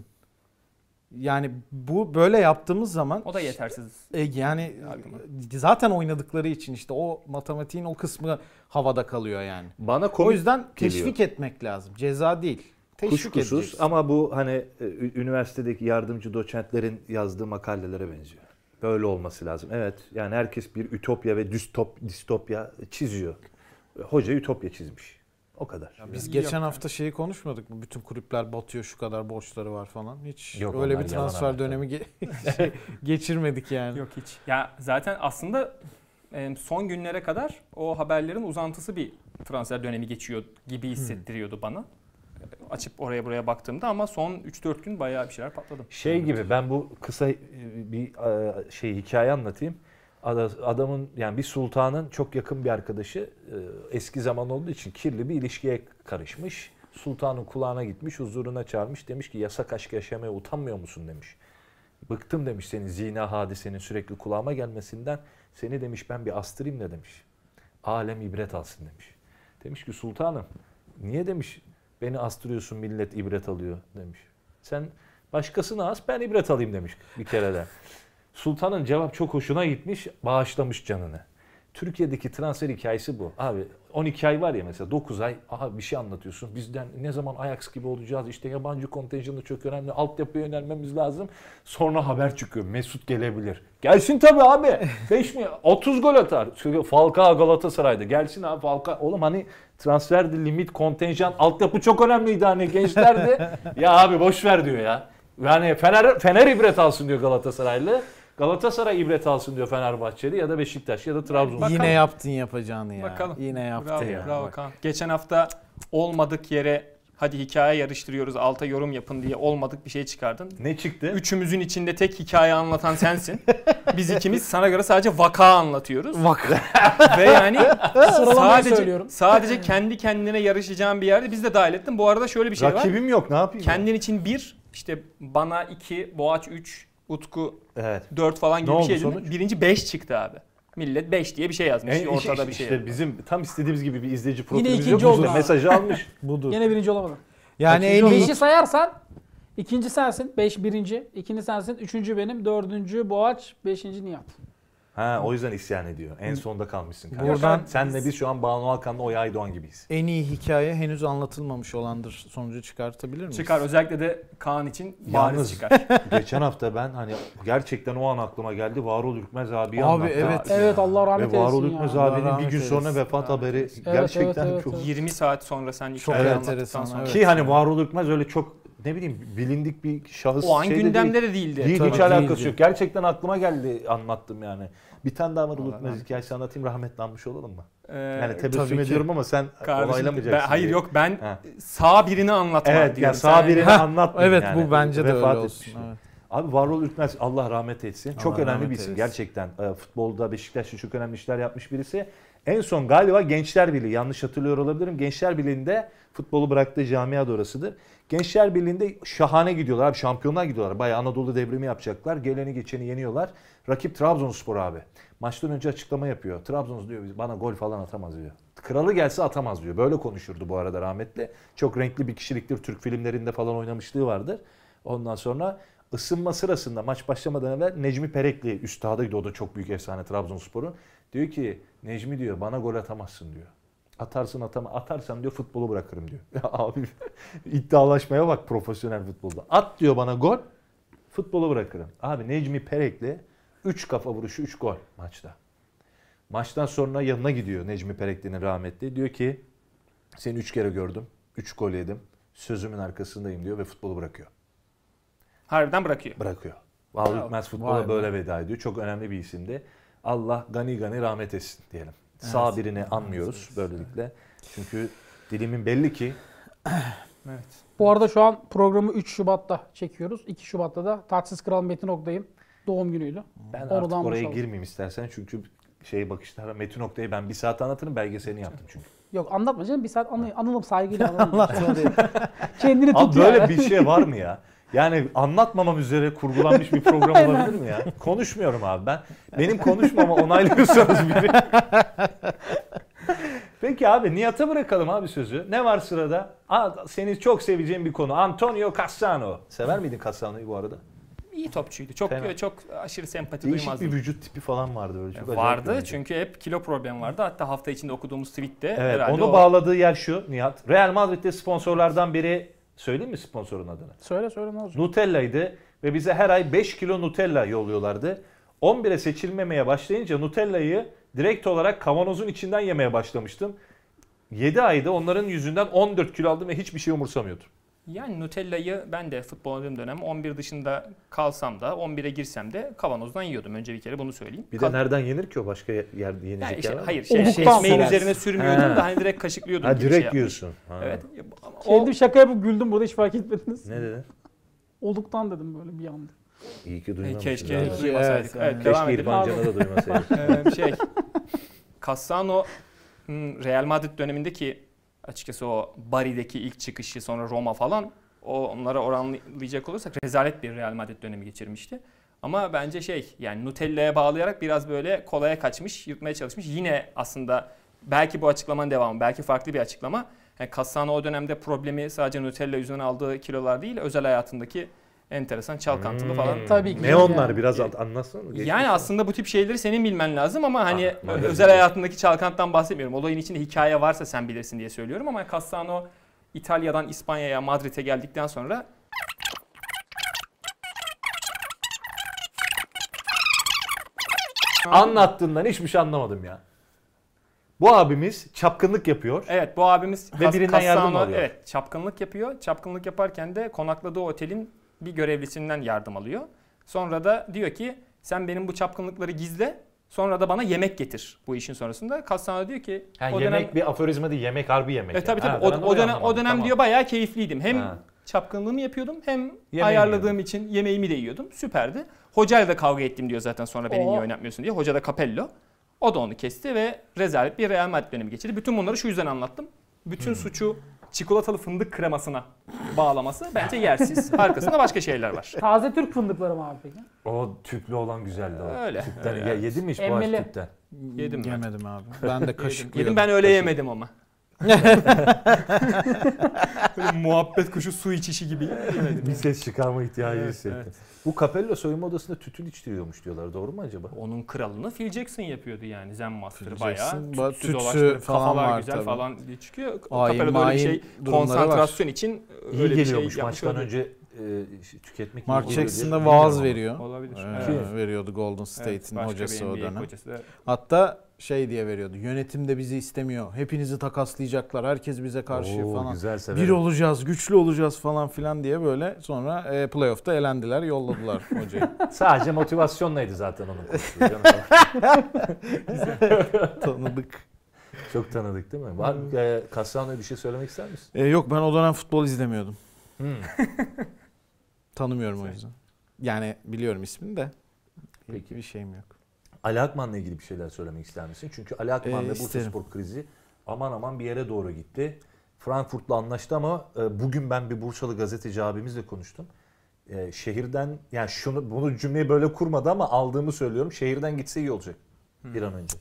Yani bu böyle yaptığımız zaman O da yetersiz. yani Argüman. zaten oynadıkları için işte o matematiğin o kısmı havada kalıyor yani. Bana O komik yüzden teşvik geliyor. etmek lazım. Ceza değil. Teşvik Kuşkusuz edeceksin. ama bu hani üniversitedeki yardımcı doçentlerin yazdığı makalelere benziyor. Böyle olması lazım. Evet yani herkes bir ütopya ve distopya çiziyor. Hoca ütopya çizmiş. O kadar. Biz Yok geçen yani. hafta şeyi konuşmadık mı? Bütün kulüpler batıyor, şu kadar borçları var falan. Hiç Yok, öyle onlar bir yalan transfer haber dönemi geçirmedik yani. Yok hiç. Ya zaten aslında son günlere kadar o haberlerin uzantısı bir transfer dönemi geçiyor gibi hissettiriyordu bana. Açıp oraya buraya baktığımda ama son 3-4 gün bayağı bir şeyler patladı. Şey gibi ben bu kısa bir hikaye anlatayım. Adamın yani bir sultanın çok yakın bir arkadaşı eski zaman olduğu için kirli bir ilişkiye karışmış. Sultanın kulağına gitmiş, huzuruna çağırmış. Demiş ki yasak aşk yaşamaya utanmıyor musun demiş. Bıktım demiş senin zina hadisenin sürekli kulağıma gelmesinden. Seni demiş ben bir astırayım da demiş. Alem ibret alsın demiş. Demiş ki sultanım niye demiş beni astırıyorsun millet ibret alıyor demiş. Sen başkasını as ben ibret alayım demiş bir kere de. Sultanın cevap çok hoşuna gitmiş, bağışlamış canını. Türkiye'deki transfer hikayesi bu. Abi 12 ay var ya mesela 9 ay aha bir şey anlatıyorsun. Bizden ne zaman Ajax gibi olacağız? İşte yabancı kontenjanı çok önemli. Altyapıya yönelmemiz lazım. Sonra haber çıkıyor. Mesut gelebilir. Gelsin tabii abi. 5 mi? 30 gol atar. Falcao Galatasaray'da. Gelsin abi Falcao. Oğlum hani transferdi, limit, kontenjan, altyapı çok önemliydi hani gençlerdi. Ya abi boş ver diyor ya. Yani Fener ibret alsın diyor Galatasaraylı. Galatasaray ibret alsın diyor Fenerbahçeli ya da Beşiktaş ya da Trabzon. Bakalım. Yine yaptın yapacağını ya. Bakalım. Yine yaptı Bravo, ya. bravo Bak. Kaan. Geçen hafta olmadık yere hadi hikaye yarıştırıyoruz alta yorum yapın diye olmadık bir şey çıkardın. Ne çıktı? Üçümüzün içinde tek hikaye anlatan sensin. Biz ikimiz sana göre sadece vaka anlatıyoruz. Ve yani Sıralamayı söylüyorum. sadece kendi kendine yarışacağın bir yerde biz de dahil ettin. Bu arada şöyle bir şey var. Rakibim yok ne yapayım? Kendin için 1, işte bana 2, Boğaç 3, Utku Evet. 4 falan gibi Ne bir oldu şey değil mi? sonuç? Birinci 5 çıktı abi. Millet 5 diye bir şey yazmış. Ortada bir şey. İşte bizim tam istediğimiz gibi bir izleyici Yine profilimiz ikinci yok. oldu Mesajı almış. Budur. Yine birinci olamadım. Yani en iyi 5'i sayarsan ikinci sensin. 5 birinci. İkinci sensin. Üçüncü benim. Dördüncü Boğaç. Beşinci Nihat. Ha, o yüzden isyan ediyor. En sonda kalmışsın kardeşim. Buradan Senle biz şu an Banu Alkan'la Oya Aydoğan gibiyiz. en iyi hikaye henüz anlatılmamış olandır sonucu çıkartabilir miyiz? Çıkar, özellikle de Kaan için bariz Yalnız çıkar. geçen hafta ben hani gerçekten o an aklıma geldi. Varol Ürkmez abiyi Abi anlattı. evet. Evet, Allah rahmet Ve eylesin Varol ya. Ürkmez Allah abinin bir rahmet gün sonra eylesin. vefat haberi Evet, gerçekten evet, çok... evet. 20 saat sonra sen Çok hikayeyi anlattıktan enteresan, sonra. evet. Ki hani Varol Ürkmez öyle çok ne bileyim bilindik bir şahıs. O an şeyde gündemde değil. de değildi. Değil, Tabii hiç alakası değildi. yok. Gerçekten aklıma geldi, anlattım yani. Bir tane daha Varol Allah Ürkmez rahmet hikayesi anlatayım, rahmetli anmış olalım mı? Yani Yani tebessüm tabii ki. ediyorum ama sen onaylamayacaksın. hayır diye. yok, ben Ha. sağ birini anlatma Evet, diyorum. ya sağ birini Heh, anlatmayayım Evet yani. bu bence de öyle Vefat olsun. etmiş. Evet. Abi Varol Ürkmez Allah rahmet etsin. Çok Allah önemli rahmet bir isim eylesin. gerçekten. Futbolda Beşiktaş'ta çok önemli işler yapmış birisi. En son galiba Gençler Birliği, yanlış hatırlıyor olabilirim. Gençler Birliği'nde futbolu bıraktığı camia da orasıdır. Gençler Birliği'nde şahane gidiyorlar abi, şampiyonlar gidiyorlar. Bayağı Anadolu devrimi yapacaklar. Geleni geçeni yeniyorlar. Rakip Trabzonspor abi. Maçtan önce açıklama yapıyor. Trabzon diyor bana gol falan atamaz diyor. Kralı gelse atamaz diyor. Böyle konuşurdu bu arada rahmetli. Çok renkli bir kişiliktir. Türk filmlerinde falan oynamışlığı vardır. Ondan sonra ısınma sırasında maç başlamadan evvel Necmi Perekli üstadıydı. O da çok büyük efsane Trabzonspor'un. Diyor ki Necmi diyor bana gol atamazsın diyor. Atarsın atarsan diyor futbolu bırakırım diyor. Ya abi iddialaşmaya bak profesyonel futbolda. At diyor bana gol, futbolu bırakırım. Abi Necmi Perekli 3 kafa vuruşu 3 gol maçta. Maçtan sonra yanına gidiyor Necmi Perekli'nin rahmetli. Diyor ki seni 3 kere gördüm, 3 gol yedim. Sözümün arkasındayım diyor ve futbolu bırakıyor. Harbiden bırakıyor. Bırakıyor. Varol Ürkmez futbola Vay be. böyle veda ediyor. Çok önemli bir isimdi. Allah gani gani rahmet etsin diyelim. Sağ birini anmıyoruz böylelikle. Çünkü dilimin belli ki Evet. Bu arada şu an programı 3 Şubat'ta çekiyoruz. 2 Şubat'ta da Taçsız Kral Metin Oktay'ın doğum günüydü. ben Oradan artık oraya başlayalım. girmeyeyim istersen çünkü bakışlara Metin Oktay'ı ben bir saat anlatırım, belgeselini yaptım çünkü. Yok anlatma canım, bir saat analım saygıyla analım. Kendini tut Abi böyle yani. bir şey var mı ya? Yani anlatmamam üzere kurgulanmış bir program olabilir mi ya? Konuşmuyorum abi ben. Benim konuşmama onaylıyorsanız biri. Peki abi Nihat'a bırakalım abi sözü. Ne var sırada? Seni çok seveceğim bir konu. Antonio Cassano. Sever miydin Cassano'yu bu arada? İyi topçuydu. Çok Fena. çok aşırı sempati Değişik duymazdım. bir vücut tipi falan vardı böyle. Çok acayip bir Vardı oyuncu. çünkü hep kilo problemi vardı. Hatta hafta içinde okuduğumuz tweette Evet, herhalde onu bağladığı yer şu Nihat. Real Madrid'de sponsorlardan biri, söyleyeyim mi sponsorun adını? Söyle ne olacak? Nutella'ydı ve bize her ay 5 kilo Nutella yolluyorlardı. 11'e seçilmemeye başlayınca Nutella'yı direkt olarak kavanozun içinden yemeye başlamıştım. 7 ayda onların yüzünden 14 kilo aldım ve hiçbir şey umursamıyordum. Yani Nutella'yı ben de futbol oynadığım dönem 11 dışında kalsam da 11'e girsem de kavanozdan yiyordum. Önce bir kere bunu söyleyeyim. Bir de nereden yenir ki o, başka yerde yenecek yani işte, yer var mı? hayır Oluktan ekmeğin seversin. üzerine sürmüyordum Ha. da hani direkt kaşıklıyordum Ha gibi direkt şey yiyorsun. Ha. Evet. Ama Kendim şaka yapıp güldüm burada, hiç fark etmediniz. Ne dedin? Oluktan dedim böyle bir anda. İyi ki duymamışsın. keşke ha. duymasaydık. Evet, Evet, devam Keşke edelim. İrfan Can'ı da duymasaydık. Cassano Real Madrid dönemindeki açıkçası o Bari'deki ilk çıkışı, sonra Roma falan, onlara oranlayacak olursak rezalet bir Real Madrid dönemi geçirmişti. Ama bence yani Nutella'ya bağlayarak biraz böyle kolaya kaçmış, yırtmaya çalışmış. Yine aslında belki bu açıklamanın devamı, belki farklı bir açıklama. Yani Cassano o dönemde problemi sadece Nutella yüzünden aldığı kilolar değil, özel hayatındaki enteresan çalkantılı falan. Tabii ki. Ne onlar Yani. biraz anlatsana. Geçmiş Yani ama. aslında bu tip şeyleri senin bilmen lazım ama hani magazin. özel hayatındaki çalkantıdan bahsetmiyorum. Olayın içinde hikaye varsa sen bilirsin diye söylüyorum ama Cassano İtalya'dan İspanya'ya, Madrid'e geldikten sonra Anlattığından hiçbir şey anlamadım ya. Bu abimiz çapkınlık yapıyor. evet, bu abimiz Ve birinden yardım alıyor. Evet, çapkınlık yapıyor. Çapkınlık yaparken de konakladığı otelin bir görevlisinden yardım alıyor. Sonra da diyor ki sen benim bu çapkınlıkları gizle. Sonra da bana yemek getir bu işin sonrasında. Cassano diyor ki Yani o yemek dönem bir aforizma değil, yemek harbi yemek. tabii yani. tabii. Ha, ben O orayı dönem anlamadım. o dönem Tamam. diyor bayağı keyifliydim. Hem Ha. çapkınlığımı yapıyordum hem Yemeğimi ayarladığım yiyordum. için yemeğimi de yiyordum. Süperdi. Hocayla da kavga ettim diyor zaten sonra beni Oo. niye oynatmıyorsun diye. Hoca da Capello. O da onu kesti ve rezalet bir Real Madrid dönemi geçirdi. Bütün bunları şu yüzden anlattım. Bütün suçu çikolatalı fındık kremasına bağlaması bence yersiz. Arkasında başka şeyler var. Taze Türk fındıkları mı abi peki? O tüplü olan güzeldi o. Öyle. Tüpten. Öyle. Yedin mi hiç bu ağaç Emmeli. tüpten? Yedim ben. Yemedim abi. Ben de kaşıklıyordum. Yedim, ben öyle yemedim ama. Böyle muhabbet kuşu su içişi gibi. Bir ses çıkarma ihtiyacı Evet, hissettim. evet. Bu Capello soyunma odasında tütün içtiriyormuş diyorlar. Doğru mu acaba? Onun kralını Phil Jackson yapıyordu yani. Zen Master'ı Phil bayağı. Jackson, Tütsü tütsü dolaştırıp falan kafalar var güzel tabii. falan diye çıkıyor. Ayin, Capello'da öyle bir mayin şey durumları konsantrasyon için İyi öyle bir şey geliyormuş yapmış maçtan olabilir. önce tüketmek Mark iyi geliyor Jackson diye da vaaz bilmiyorum ama. veriyor. Olabilir. Evet, veriyordu Golden Evet, State'in başka hocası bir o NBA dönem. hocası da. Hatta şey diye veriyordu. Yönetim de bizi istemiyor. Hepinizi takaslayacaklar. Herkes bize karşı Oo, falan. güzel severim. Bir olacağız, güçlü olacağız falan filan diye böyle sonra playoff'ta elendiler, yolladılar hocayı. Sadece motivasyonlaydı zaten onun konusu. canım. Tanıdık. Çok tanıdık değil mi? Var Cassano'ya bir şey söylemek ister misin? Yok, ben o dönem futbol izlemiyordum. Tanımıyorum o Güzel. yüzden. Yani biliyorum ismini de. Peki. Bir şeyim yok. Ali Akman'la ilgili bir şeyler söylemek ister misin? Çünkü Ali Akman ve İsterim. Bursaspor krizi aman aman bir yere doğru gitti. Frankfurt'la anlaştı ama bugün ben bir Bursalı gazeteci abimizle konuştum. Şehirden, yani bunu cümleyi böyle kurmadı ama aldığımı söylüyorum. Şehirden gitse iyi olacak bir an önce.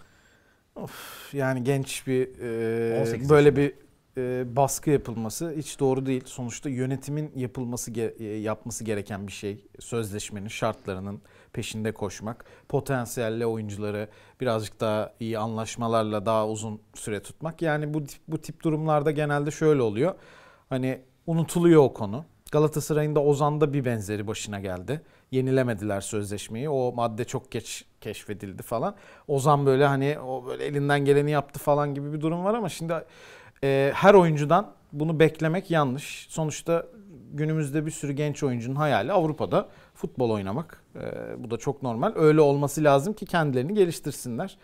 Yani genç bir 18 böyle yaşında. bir baskı yapılması hiç doğru değil. Sonuçta yönetimin yapması gereken bir şey. Sözleşmenin şartlarının peşinde koşmak. Potansiyelli oyuncuları birazcık daha iyi anlaşmalarla daha uzun süre tutmak. Yani bu tip durumlarda genelde şöyle oluyor. Hani unutuluyor o konu. Galatasaray'ın da Ozan'da bir benzeri başına geldi. Yenilemediler sözleşmeyi. O madde çok geç keşfedildi falan. Ozan böyle hani o böyle elinden geleni yaptı falan gibi bir durum var ama şimdi her oyuncudan bunu beklemek yanlış. Sonuçta günümüzde bir sürü genç oyuncunun hayali Avrupa'da futbol oynamak. Bu da çok normal. Öyle olması lazım ki kendilerini geliştirsinler.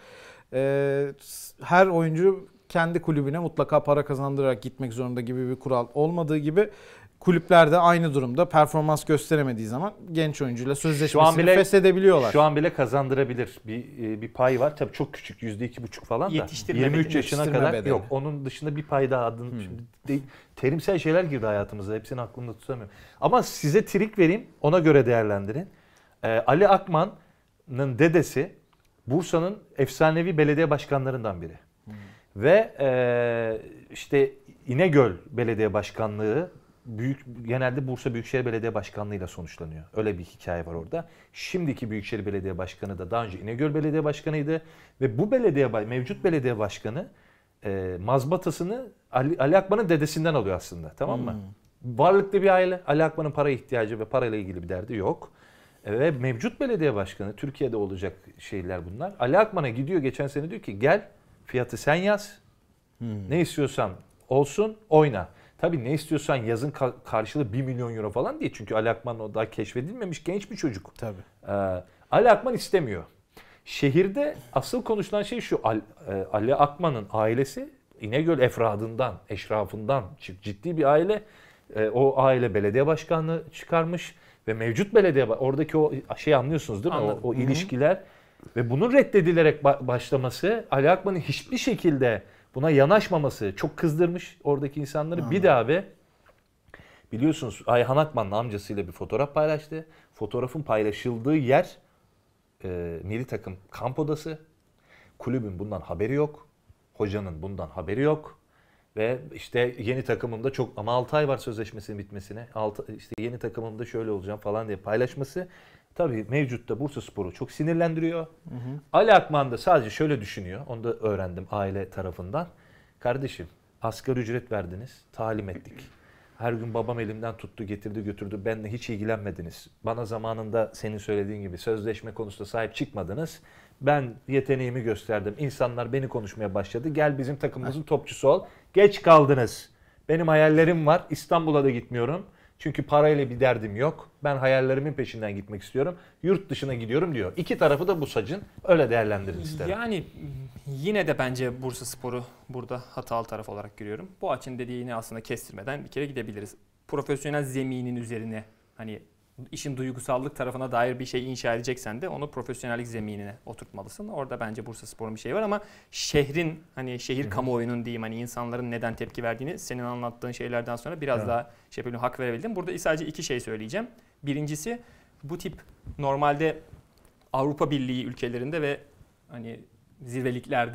Her oyuncu kendi kulübüne mutlaka para kazandırarak gitmek zorunda gibi bir kural olmadığı gibi kulüplerde aynı durumda performans gösteremediği zaman genç oyuncuyla sözleşmesini feshedebiliyorlar. Şu an bile kazandırabilir. Bir pay var. Tabii çok küçük, %2,5 falan da. Yetiştirme 23 bedeli. yaşına Yetiştirme kadar bedeli. yok. Onun dışında bir pay daha şimdi terimsel şeyler girdi hayatımıza. Hepsini aklımda tutamıyorum. Ama size trik vereyim. Ona göre değerlendirin. Ali Akman'ın dedesi Bursa'nın efsanevi belediye başkanlarından biri. Ve işte İnegöl Belediye Başkanlığı genelde Bursa Büyükşehir Belediye Başkanlığı ile sonuçlanıyor. Öyle bir hikaye var orada. Şimdiki Büyükşehir Belediye Başkanı da daha önce İnegöl Belediye Başkanı'ydı. Ve bu mevcut belediye başkanı mazbatasını Ali Akman'ın dedesinden alıyor aslında. Tamam mı? Varlıklı bir aile. Ali Akman'ın paraya ihtiyacı ve parayla ilgili bir derdi yok. Ve mevcut belediye başkanı, Türkiye'de olacak şeyler bunlar. Ali Akman'a gidiyor geçen sene, diyor ki gel fiyatı sen yaz. Ne istiyorsan olsun, oyna. Tabii ne istiyorsan yazın karşılığı 1 milyon euro falan değil. Çünkü Ali Akman o daha keşfedilmemiş genç bir çocuk. Tabii. Ali Akman istemiyor. Şehirde asıl konuşulan şey şu. Ali Akman'ın ailesi İnegöl eşrafından ciddi bir aile. O aile belediye başkanlığı çıkarmış ve mevcut oradaki o şeyi anlıyorsunuz değil mi? Anladım. O ilişkiler ve bunun reddedilerek başlaması, Ali Akman'ın hiçbir şekilde buna yanaşmaması çok kızdırmış oradaki insanları. Bir daha biliyorsunuz Ayhan Akman'ın amcasıyla bir fotoğraf paylaştı. Fotoğrafın paylaşıldığı yer milli takım kamp odası. Kulübün bundan haberi yok. Hocanın bundan haberi yok. Ve işte yeni takımımda ama 6 ay var sözleşmesinin bitmesine. İşte yeni takımımda şöyle olacağım falan diye paylaşması tabii mevcutta Bursaspor'u çok sinirlendiriyor. Ali Akman da sadece şöyle düşünüyor. Onu da öğrendim aile tarafından. Kardeşim asgari ücret verdiniz, talim ettik. Her gün babam elimden tuttu, getirdi, götürdü. Benimle hiç ilgilenmediniz. Bana zamanında senin söylediğin gibi sözleşme konusunda sahip çıkmadınız. Ben yeteneğimi gösterdim. İnsanlar beni konuşmaya başladı. Gel bizim takımımızın topçusu ol. Geç kaldınız. Benim hayallerim var. İstanbul'a da gitmiyorum. Çünkü parayla bir derdim yok. Ben hayallerimin peşinden gitmek istiyorum. Yurt dışına gidiyorum diyor. İki tarafı da bu sacın. Öyle değerlendirin isterim. Yani yine de bence Bursaspor'u burada hatalı taraf olarak görüyorum. Boğaç'ın dediğini aslında kestirmeden bir kere gidebiliriz. Profesyonel zeminin üzerine hani işin duygusallık tarafına dair bir şey inşa edeceksen de onu profesyonellik zeminine oturtmalısın. Orada bence Bursaspor'un bir şey var ama şehrin hani şehir kamuoyunun diyeyim hani insanların neden tepki verdiğini senin anlattığın şeylerden sonra biraz daha hak verebildim. Burada sadece iki şey söyleyeceğim. Birincisi bu tip normalde Avrupa Birliği ülkelerinde ve hani zirveliklerde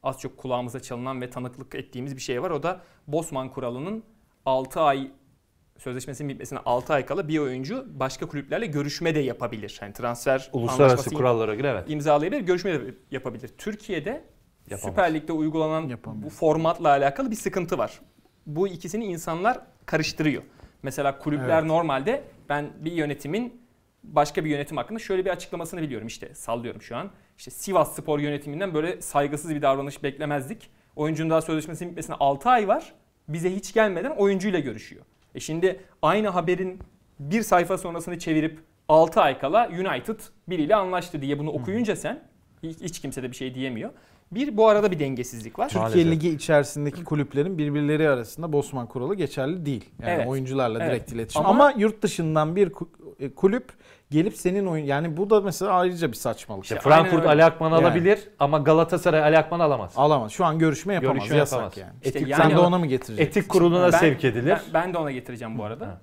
az çok kulağımıza çalınan ve tanıklık ettiğimiz bir şey var. O da Bosman kuralının 6 ay sözleşmesinin bitmesine 6 ay kala bir oyuncu başka kulüplerle görüşme de yapabilir. Yani transfer Uluslararası anlaşması kurallara göre evet. imzalayabilir, görüşme de yapabilir. Türkiye'de Yapamaz. Süper Lig'de uygulanan Yapamıyor. bu formatla alakalı bir sıkıntı var. Bu ikisini insanlar karıştırıyor. Mesela kulüpler Evet. normalde ben bir yönetimin başka bir yönetim hakkında şöyle bir açıklamasını biliyorum. İşte sallıyorum şu an. İşte Sivas Spor yönetiminden böyle saygısız bir davranış beklemezdik. Oyuncunun daha sözleşmesinin bitmesine 6 ay var. Bize hiç gelmeden oyuncuyla görüşüyor. Şimdi aynı haberin bir sayfa sonrasını çevirip 6 ay kala United biriyle anlaştı diye bunu okuyunca sen hiç kimse de bir şey diyemiyor. Bu arada bir dengesizlik var. Türkiye Maalesef. Ligi içerisindeki kulüplerin birbirleri arasında Bosman kuralı geçerli değil. Yani Evet. oyuncularla Evet. direkt iletişim. Ama- Ama yurt dışından bir kulüp gelip senin oyun, yani bu da mesela ayrıca bir saçmalık. İşte İşte aynen Frankfurt öyle. Ali Akman Yani. alabilir ama Galatasaray Ali Akman alamaz. Alamaz. Şu an görüşme yapamaz. Görüşme Yasak yapamaz. yani. İşte Etik, yani Sen de o- ona mı getireceksin? etik kuruluna Ben- sevk edilir. Ben de ona getireceğim bu arada.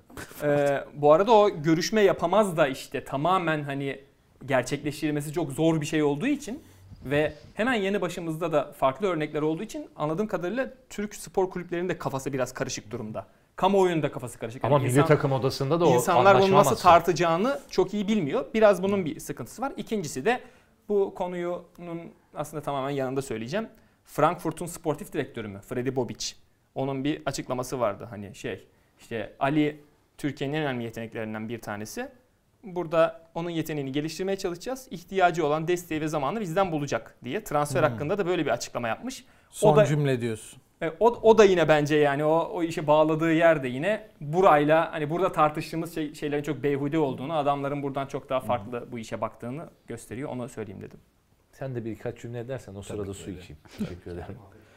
Bu arada o görüşme yapamaz da işte tamamen hani gerçekleştirilmesi çok zor bir şey olduğu için ve hemen yanı başımızda da farklı örnekler olduğu için anladığım kadarıyla Türk spor kulüplerinin de kafası biraz karışık durumda. Kamuoyunun da kafası karışık. Ama Yani milli takım odasında da o İnsanlar bunu nasıl anlaşamazsın. tartacağını çok iyi bilmiyor. Biraz bunun bir sıkıntısı var. İkincisi de bu konunun aslında tamamen yanında söyleyeceğim. Frankfurt'un sportif direktörü mü? Freddy Bobic. Onun bir açıklaması vardı. Hani işte Ali Türkiye'nin en önemli yeteneklerinden bir tanesi. Burada onun yeteneğini geliştirmeye çalışacağız. İhtiyacı olan desteği ve zamanı bizden bulacak diye. Transfer hakkında da böyle bir açıklama yapmış. Son o da, cümle diyorsun. o da yine bence yani o işe bağladığı yerde yine burayla hani burada tartıştığımız şeylerin çok beyhude olduğunu, adamların buradan çok daha farklı bu işe baktığını gösteriyor. Onu söyleyeyim dedim. Sen de birkaç cümle edersen o sırada su içeyim. Teşekkür ederim.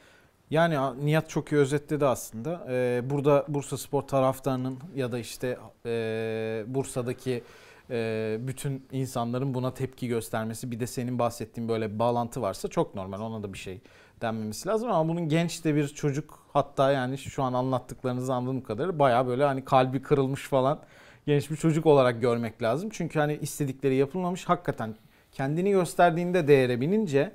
Yani Nihat çok iyi özetledi aslında. Burada Bursaspor taraftarının ya da işte Bursa'daki bütün insanların buna tepki göstermesi, bir de senin bahsettiğin böyle bir bağlantı varsa çok normal. Ona da bir şey denmemesi lazım ama bunun genç de bir çocuk, hatta yani şu an anlattıklarınızı anladığım kadarıyla bayağı böyle hani kalbi kırılmış falan genç bir çocuk olarak görmek lazım. Çünkü hani istedikleri yapılmamış, hakikaten kendini gösterdiğinde değere binince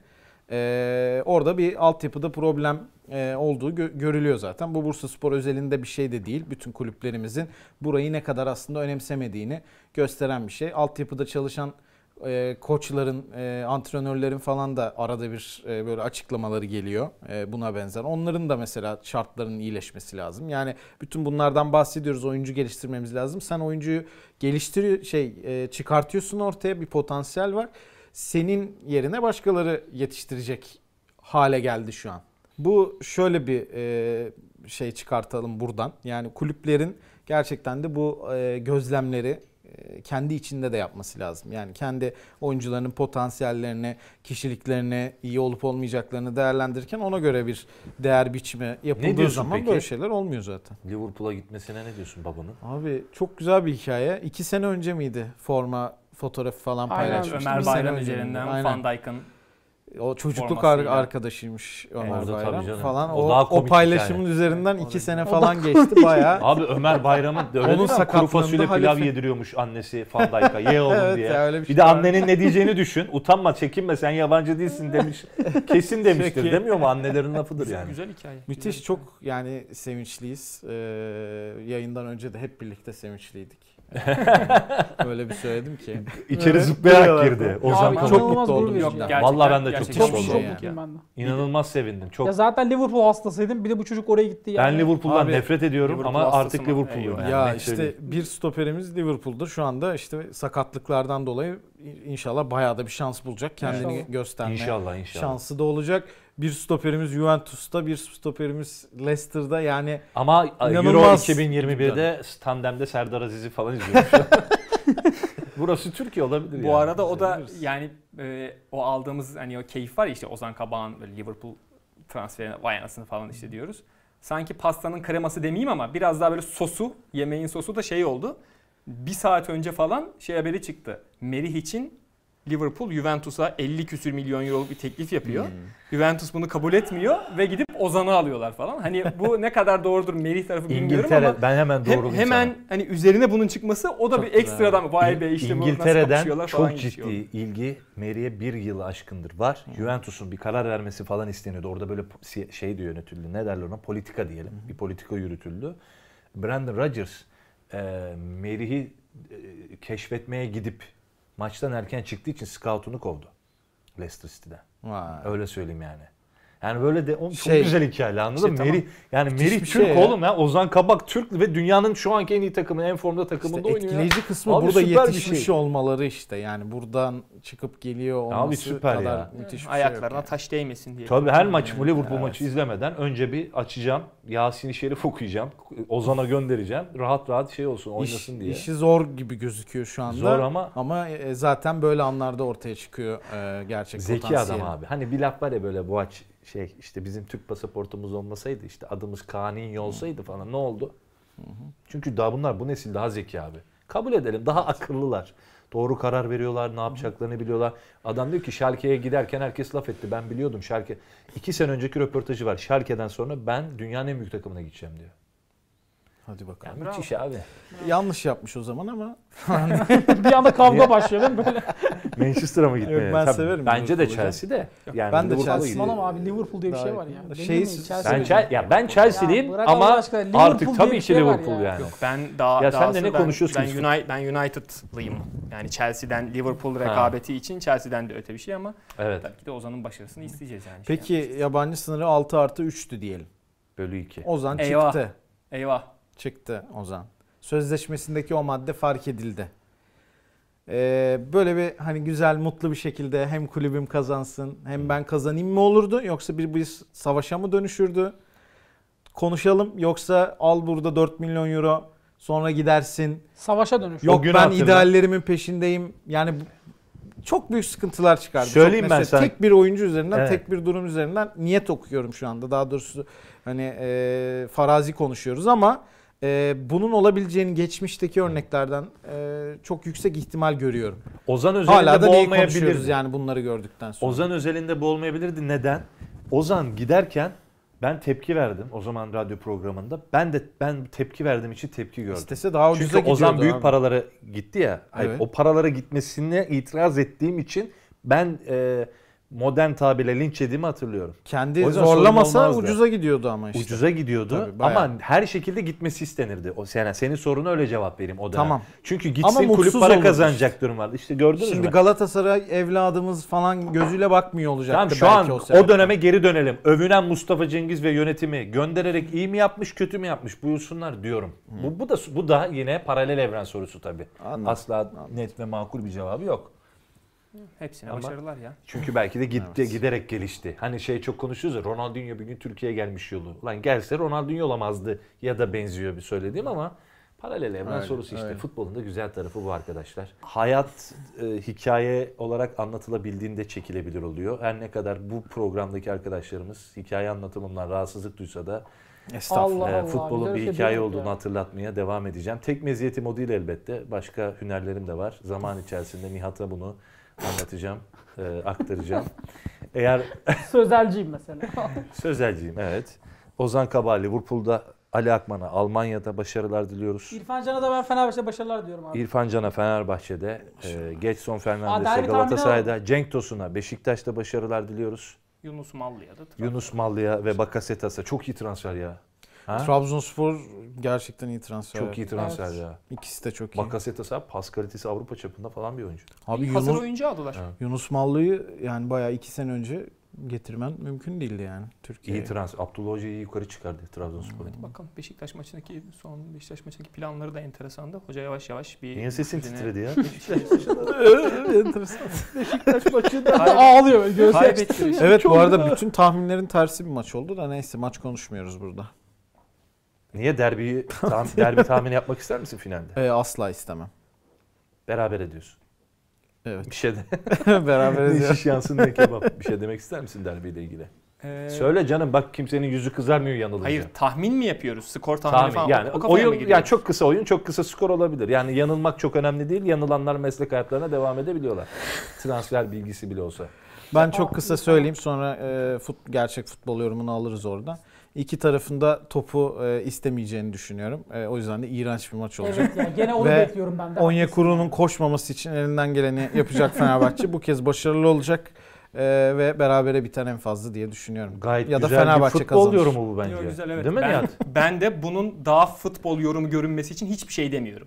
orada bir altyapıda problem olduğu görülüyor zaten. Bu Bursaspor özelinde bir şey de değil. Bütün kulüplerimizin burayı ne kadar aslında önemsemediğini gösteren bir şey. Altyapıda çalışan koçların, antrenörlerin falan da arada bir böyle açıklamaları geliyor buna benzer. Onların da mesela şartlarının iyileşmesi lazım. Yani bütün bunlardan bahsediyoruz. Oyuncu geliştirmemiz lazım. Sen oyuncuyu çıkartıyorsun ortaya, bir potansiyel var. Senin yerine başkaları yetiştirecek hale geldi şu an. Bu şöyle bir şey çıkartalım buradan. Yani kulüplerin gerçekten de bu gözlemleri kendi içinde de yapması lazım. Yani kendi oyuncularının potansiyellerini, kişiliklerini, iyi olup olmayacaklarını değerlendirirken ona göre bir değer biçimi yapıldığı diyorsun zaman peki? böyle şeyler olmuyor zaten. Liverpool'a gitmesine ne diyorsun babanın? Abi çok güzel bir hikaye. 2 sene önce miydi forma fotoğrafı falan Aynen. paylaşmıştı? Ömer Bir sene Bayram önce miydi? üzerinden Aynen. Van Dijk'ın O çocukluk formasıyla. arkadaşıymış Ömer Orada tabii Bayram canım. falan. O daha O komik paylaşımın hikaye. üzerinden O 2 da- sene O da falan geçti bayağı. Abi Ömer Bayram'ın öyle Onun değil mi? Kuru sakatlığında fasulye pilav halife- yediriyormuş annesi Van Dijk'a. Ye oğlum Evet diye. ya, öyle bir Bir şey de var. annenin ne diyeceğini düşün. Utanma, çekinme, sen yabancı değilsin demiş. Kesin demiştir Peki. demiyor mu? Annelerin lafıdır yani. Güzel hikaye. Müthiş, Güzel çok yani sevinçliyiz. Yayından önce de hep birlikte sevinçliydik. Öyle bir söyledim ki. İçeri Evet. zıplayarak Duyuyorlar. girdi. Abi Ozan çok Kabak. mutlu inanılmaz oldum gurur ya. verici. Gerçekten- Vallahi ben de çok gerçekten Çok teşekkür şey ederim. yani. mutluyum ben de. İnanılmaz sevindim. Çok. Ya zaten Liverpool hastasıydım. Bir de bu çocuk oraya gitti ya. Ben Liverpool'dan Abi, nefret ediyorum Liverpool ama hastası artık mı? Liverpool'luyum. Eyvah. Yani. Ya net işte söyleyeyim. bir stoperimiz Liverpool'da şu anda, işte sakatlıklardan dolayı inşallah bayağı da bir şans bulacak. Kendini İnşallah. gösterme İnşallah. şansı da olacak. Bir stoperimiz Juventus'ta, bir stoperimiz Leicester'da, yani Ama Euro İnanılmaz. 2021'de tandemde Serdar Aziz'i falan izliyormuş. Burası Türkiye olabilir Bu yani. arada o da Seviniriz. yani o aldığımız hani o keyif var ya, işte Ozan Kabak'ın böyle Liverpool transferine vay anasını falan işte diyoruz. Sanki pastanın kreması demeyeyim ama biraz daha böyle sosu, yemeğin sosu da şey oldu. Bir saat önce falan şey haberi çıktı. Merih için Liverpool Juventus'a 50 küsür milyon euroluk bir teklif yapıyor. Juventus bunu kabul etmiyor ve gidip Ozan'ı alıyorlar falan. Hani bu ne kadar doğrudur Merih tarafı bilmiyorum İngiltere, ama ben hemen doğrulayayım hemen sana. hani üzerine bunun çıkması o da Çok bir ekstradan vay be işte bu nasıl İngiltere'den kapışıyorlar falan çok geçiyor. ciddi ilgi Merih'e bir yılı aşkındır var. Juventus'un bir karar vermesi falan isteniyordu. Orada böyle şey de yönetildi. Ne derler ona? Politika diyelim. Bir politika yürütüldü. Brendan Rodgers Merih'i keşfetmeye gidip maçtan erken çıktığı için scout'unu kovdu. Leicester City'den. Vay. Öyle söyleyeyim yani. Yani böyle de çok Şey, güzel hikaye anladın mı? tamam. Merih, yani Müthiş Merih bir Türk şey ya. oğlum ya. Ozan Kabak Türk ve dünyanın şu anki en iyi takımı, en formda takımında İşte oynuyor. etkileyici kısmı Abi burada süper bir yetişmiş şey. olmaları işte. Yani buradan çıkıp geliyor olması Abi süper kadar ya. müthiş bir şey yok Ayaklarına yani. taş değmesin diye. Tabii her maç bu Liverpool Evet. maçı izlemeden önce bir açacağım. Yasin-i Şerif okuyacağım. Ozan'a göndereceğim. Rahat rahat şey olsun, oynasın diye. İşi zor gibi gözüküyor şu anda. Zor ama zaten böyle anlarda ortaya çıkıyor gerçek zeki potansiyeli. adam abi. Hani bir laf var ya böyle Boğaç şey işte bizim Türk pasaportumuz olmasaydı işte adımız Kaninyo olsaydı falan ne oldu? Çünkü daha bunlar bu nesil daha zeki abi. Kabul edelim daha akıllılar. Doğru karar veriyorlar, ne yapacaklarını biliyorlar. Adam diyor ki Schalke'ye giderken herkes laf etti. Ben biliyordum Schalke. 2 sene önceki röportajı var. Schalke'den sonra ben dünyanın en büyük takımına gideceğim diyor. Hadi bakalım. Yani müthiş abi. Yanlış yapmış o zaman ama Bir anda kavga başlıyor değil mi böyle? Manchester'a mı gitmeye? Yok, ben Tabii, severim bence de Liverpool'u. Chelsea'de. Yani Ben de Liverpool'a Chelsea- gidiyor. Saçmalama abi Liverpool diye bir şey var ya. Şey- Benim mi? Chelsea Ben, mi? ben Chelsea'liyim Ya bırak Allah ama aşkına, Liverpool artık diye tabii bir ki şey var Liverpool ya. yani. Yok ben daha Ya sen de dahası ne konuşuyorsun ben, ki? ben United'lıyım. Yani Chelsea'den Liverpool rekabeti için Chelsea'den de öte bir şey ama Evet. tabii ki de Ozan'ın başarısını isteyeceğiz yani. peki yabancı sınırı 6+3'tü diyelim. Bölü 2. Ozan Eyvah. çıktı. Eyvah. Çıktı Ozan. Sözleşmesindeki o madde fark edildi. Böyle bir hani güzel mutlu bir şekilde hem kulübüm kazansın hem ben kazanayım mı olurdu yoksa bir savaşa mı dönüşürdü? Konuşalım yoksa al burada 4 milyon euro sonra gidersin. Savaşa dönüş. Yok günü ben hatırla. ideallerimin peşindeyim. Yani çok büyük sıkıntılar çıkardı. Söyleyeyim Çok ben mesela sana. tek bir oyuncu üzerinden, Evet. tek bir durum üzerinden niyet okuyorum şu anda. Daha doğrusu hani farazi konuşuyoruz ama bunun olabileceğini geçmişteki örneklerden çok yüksek ihtimal görüyorum. Ozan özelinde Hala da bu neyi konuşuyoruz olmayabilirdi. yani bunları gördükten sonra. Ozan özelinde bu olmayabilirdi. Neden? Ozan giderken ben tepki verdim o zaman radyo programında. Ben tepki verdiğim için tepki gördüm. İstese daha ucuza Çünkü gidiyordu Ozan büyük abi. paralara gitti ya. Hayır, Evet. o paralara gitmesine itiraz ettiğim için ben modern tabirle linç yediğimi hatırlıyorum. Kendi O yüzden zorlamasa sorun olmazdı. ucuza gidiyordu ama işte. Ucuza gidiyordu Tabii, bayağı. ama her şekilde gitmesi istenirdi. O yani senin soruna öyle cevap vereyim o dönem. Tamam. Çünkü Ama gitsin kulüp mutsuz para olurdu kazanacak durum vardı. İşte gördünüz Şimdi mü? Galatasaray evladımız falan gözüyle bakmıyor olacaktı Tamam şu belki an o sebepten. döneme geri dönelim. Övünen Mustafa Cengiz ve yönetimi göndererek iyi mi yapmış, kötü mü yapmış buyursunlar diyorum. Bu da yine paralel evren sorusu tabii. Anladım. Asla net ve makul bir cevabı yok. Hepsine Ama- başarılar ya. Çünkü belki de giderek gelişti. Hani şey çok konuşuyoruz ya Ronaldinho bir gün Türkiye'ye gelmiş yolu. Ulan gelse Ronaldinho olamazdı ya da benziyor bir söylediğim ama paralel evren Öyle, sorusu işte. öyle. Futbolun da güzel tarafı bu arkadaşlar. Hayat hikaye olarak anlatılabildiğinde çekilebilir oluyor. Her ne kadar bu programdaki arkadaşlarımız hikaye anlatımından rahatsızlık duysa da Estağfurullah. Allah Allah, futbolun güzel bir bir şey hikaye değil olduğunu ya. hatırlatmaya devam edeceğim. Tek meziyetim o değil elbette. Başka hünerlerim de var. Zaman içerisinde Nihat'a bunu anlatacağım, aktaracağım. Eğer Sözelciyim mesela. sözelciyim evet. Ozan Kabak Liverpool'da, Ali Akman'a Almanya'da başarılar diliyoruz. İrfan Can'a da ben Fenerbahçe'de başarılar diyorum abi. İrfan Can'a Fenerbahçe'de, Getson Fernandes'e derbi tahmini Galatasaray'da, Cenk Tosun'a Beşiktaş'ta başarılar diliyoruz. Yunus Mallı'ya da. Yunus Mallı'ya ve Bakasetas'a çok iyi transfer ya. Ha? Trabzonspor gerçekten iyi transfer. Çok iyi transfer Evet. ya. İkisi de çok iyi. Bakasetas abi pas kalitesi Avrupa çapında falan bir oyuncu. Abi Hazır Yunus, oyuncu aldılar. Evet. Yunus Mallı'yı yani bayağı 2 sene önce getirmen mümkün değildi yani Türkiye'ye. İyi transfer. Abdullah Hoca'yı yukarı çıkardı Trabzonspor'u. Bakalım Beşiktaş maçındaki planları da enteresandı. Hoca yavaş yavaş bir... Niye sesin üzerine- titredi ya? Enteresan. Beşiktaş maçında. Ağlıyor. Göğsü Kaybetti. açtı. Evet bu arada bütün tahminlerin tersi bir maç oldu da neyse maç konuşmuyoruz burada. Niye derbi tahmini yapmak ister misin finalde? Asla istemem. Beraber ediyorsun. Evet. Bir şey de Beraber ne ediyoruz. şiş yansın ne kebap. Bir şey demek ister misin derbiyle ilgili? Söyle canım, bak kimsenin yüzü kızarmıyor yanılınca. Hayır, tahmin mi yapıyoruz? Skor tahmini Tahmin, falan. yani O kafaya mı oyun, giriyoruz? ya çok kısa oyun, çok kısa skor olabilir. Yani yanılmak çok önemli değil. Yanılanlar meslek hayatlarına devam edebiliyorlar. Transfer bilgisi bile olsa. Ben çok kısa söyleyeyim, sonra gerçek futbol yorumunu alırız orada. İki tarafında topu istemeyeceğini düşünüyorum. O yüzden de iğrenç bir maç olacak. Evet ya, gene onu Ve bekliyorum ben de. Onyekuru'nun koşmaması için elinden geleni yapacak Fenerbahçe. Bu kez başarılı olacak ve berabere biter en fazla diye düşünüyorum. Gayet ya da güzel Fenerbahçe bir futbol kazanır. yorumu bu bence. Yo, güzel, evet. Değil mi Nihat? Ben de bunun daha futbol yorumu görünmesi için hiçbir şey demiyorum.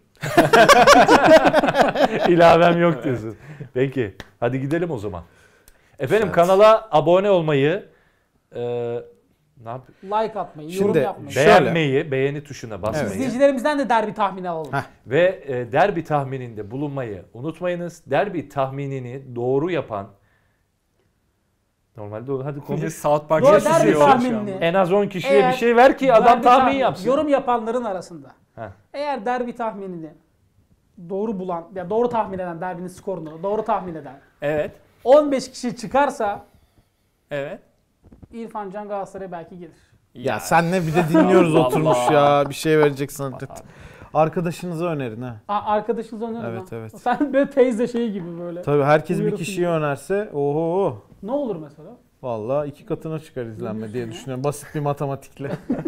İlavem yok diyorsun. Peki, hadi gidelim o zaman. Efendim, Evet. kanala abone olmayı, ne yap? Like atmayı, Şimdi yorum yapmayı. Şöyle. Beğenmeyi, beğeni tuşuna basmayı İzleyicilerimizden de derbi tahmini alalım. Heh. ve derbi tahmininde bulunmayı unutmayınız. Derbi tahminini doğru yapan, normalde hadi konuş. South Park Doğru, yazısı derbi yok şu an. tahminini. En az 10 kişiye Eğer bir şey ver ki adam derbi tahmin yapsın. Yorum yapanların arasında. Heh. Eğer derbi tahminini doğru bulan, ya doğru tahmin eden, derbinin skorunu doğru tahmin eden Evet. 15 kişi çıkarsa Evet. İrfan Can Galatasaray'a belki gelir. Ya sen ne, bir de dinliyoruz Allah oturmuş Allah. ya. Bir şey vereceksin. Arkadaşınıza önerin ha. Arkadaşınız öneriyor Evet, mu? evet. Sen böyle teyze şeyi gibi böyle. Tabii herkes bir Uyarısı kişiyi önerse oho. Ne olur mesela? Vallahi 2 katına çıkar izlenme diyorsun diye ya? düşünüyorum. Basit bir matematikle.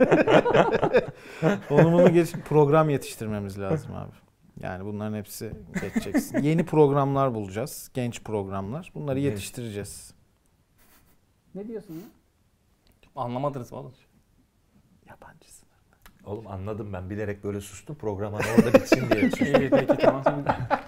Bunu program yetiştirmemiz lazım abi. Yani bunların hepsi geçeceksin. Yeni programlar bulacağız. Genç programlar. Bunları Genç. yetiştireceğiz. Ne diyorsun ya? Anlamadınız mı oğlum? Yabancısın. Oğlum anladım, ben bilerek böyle sustum, program hani orada bitsin diye. İyi, peki tamam.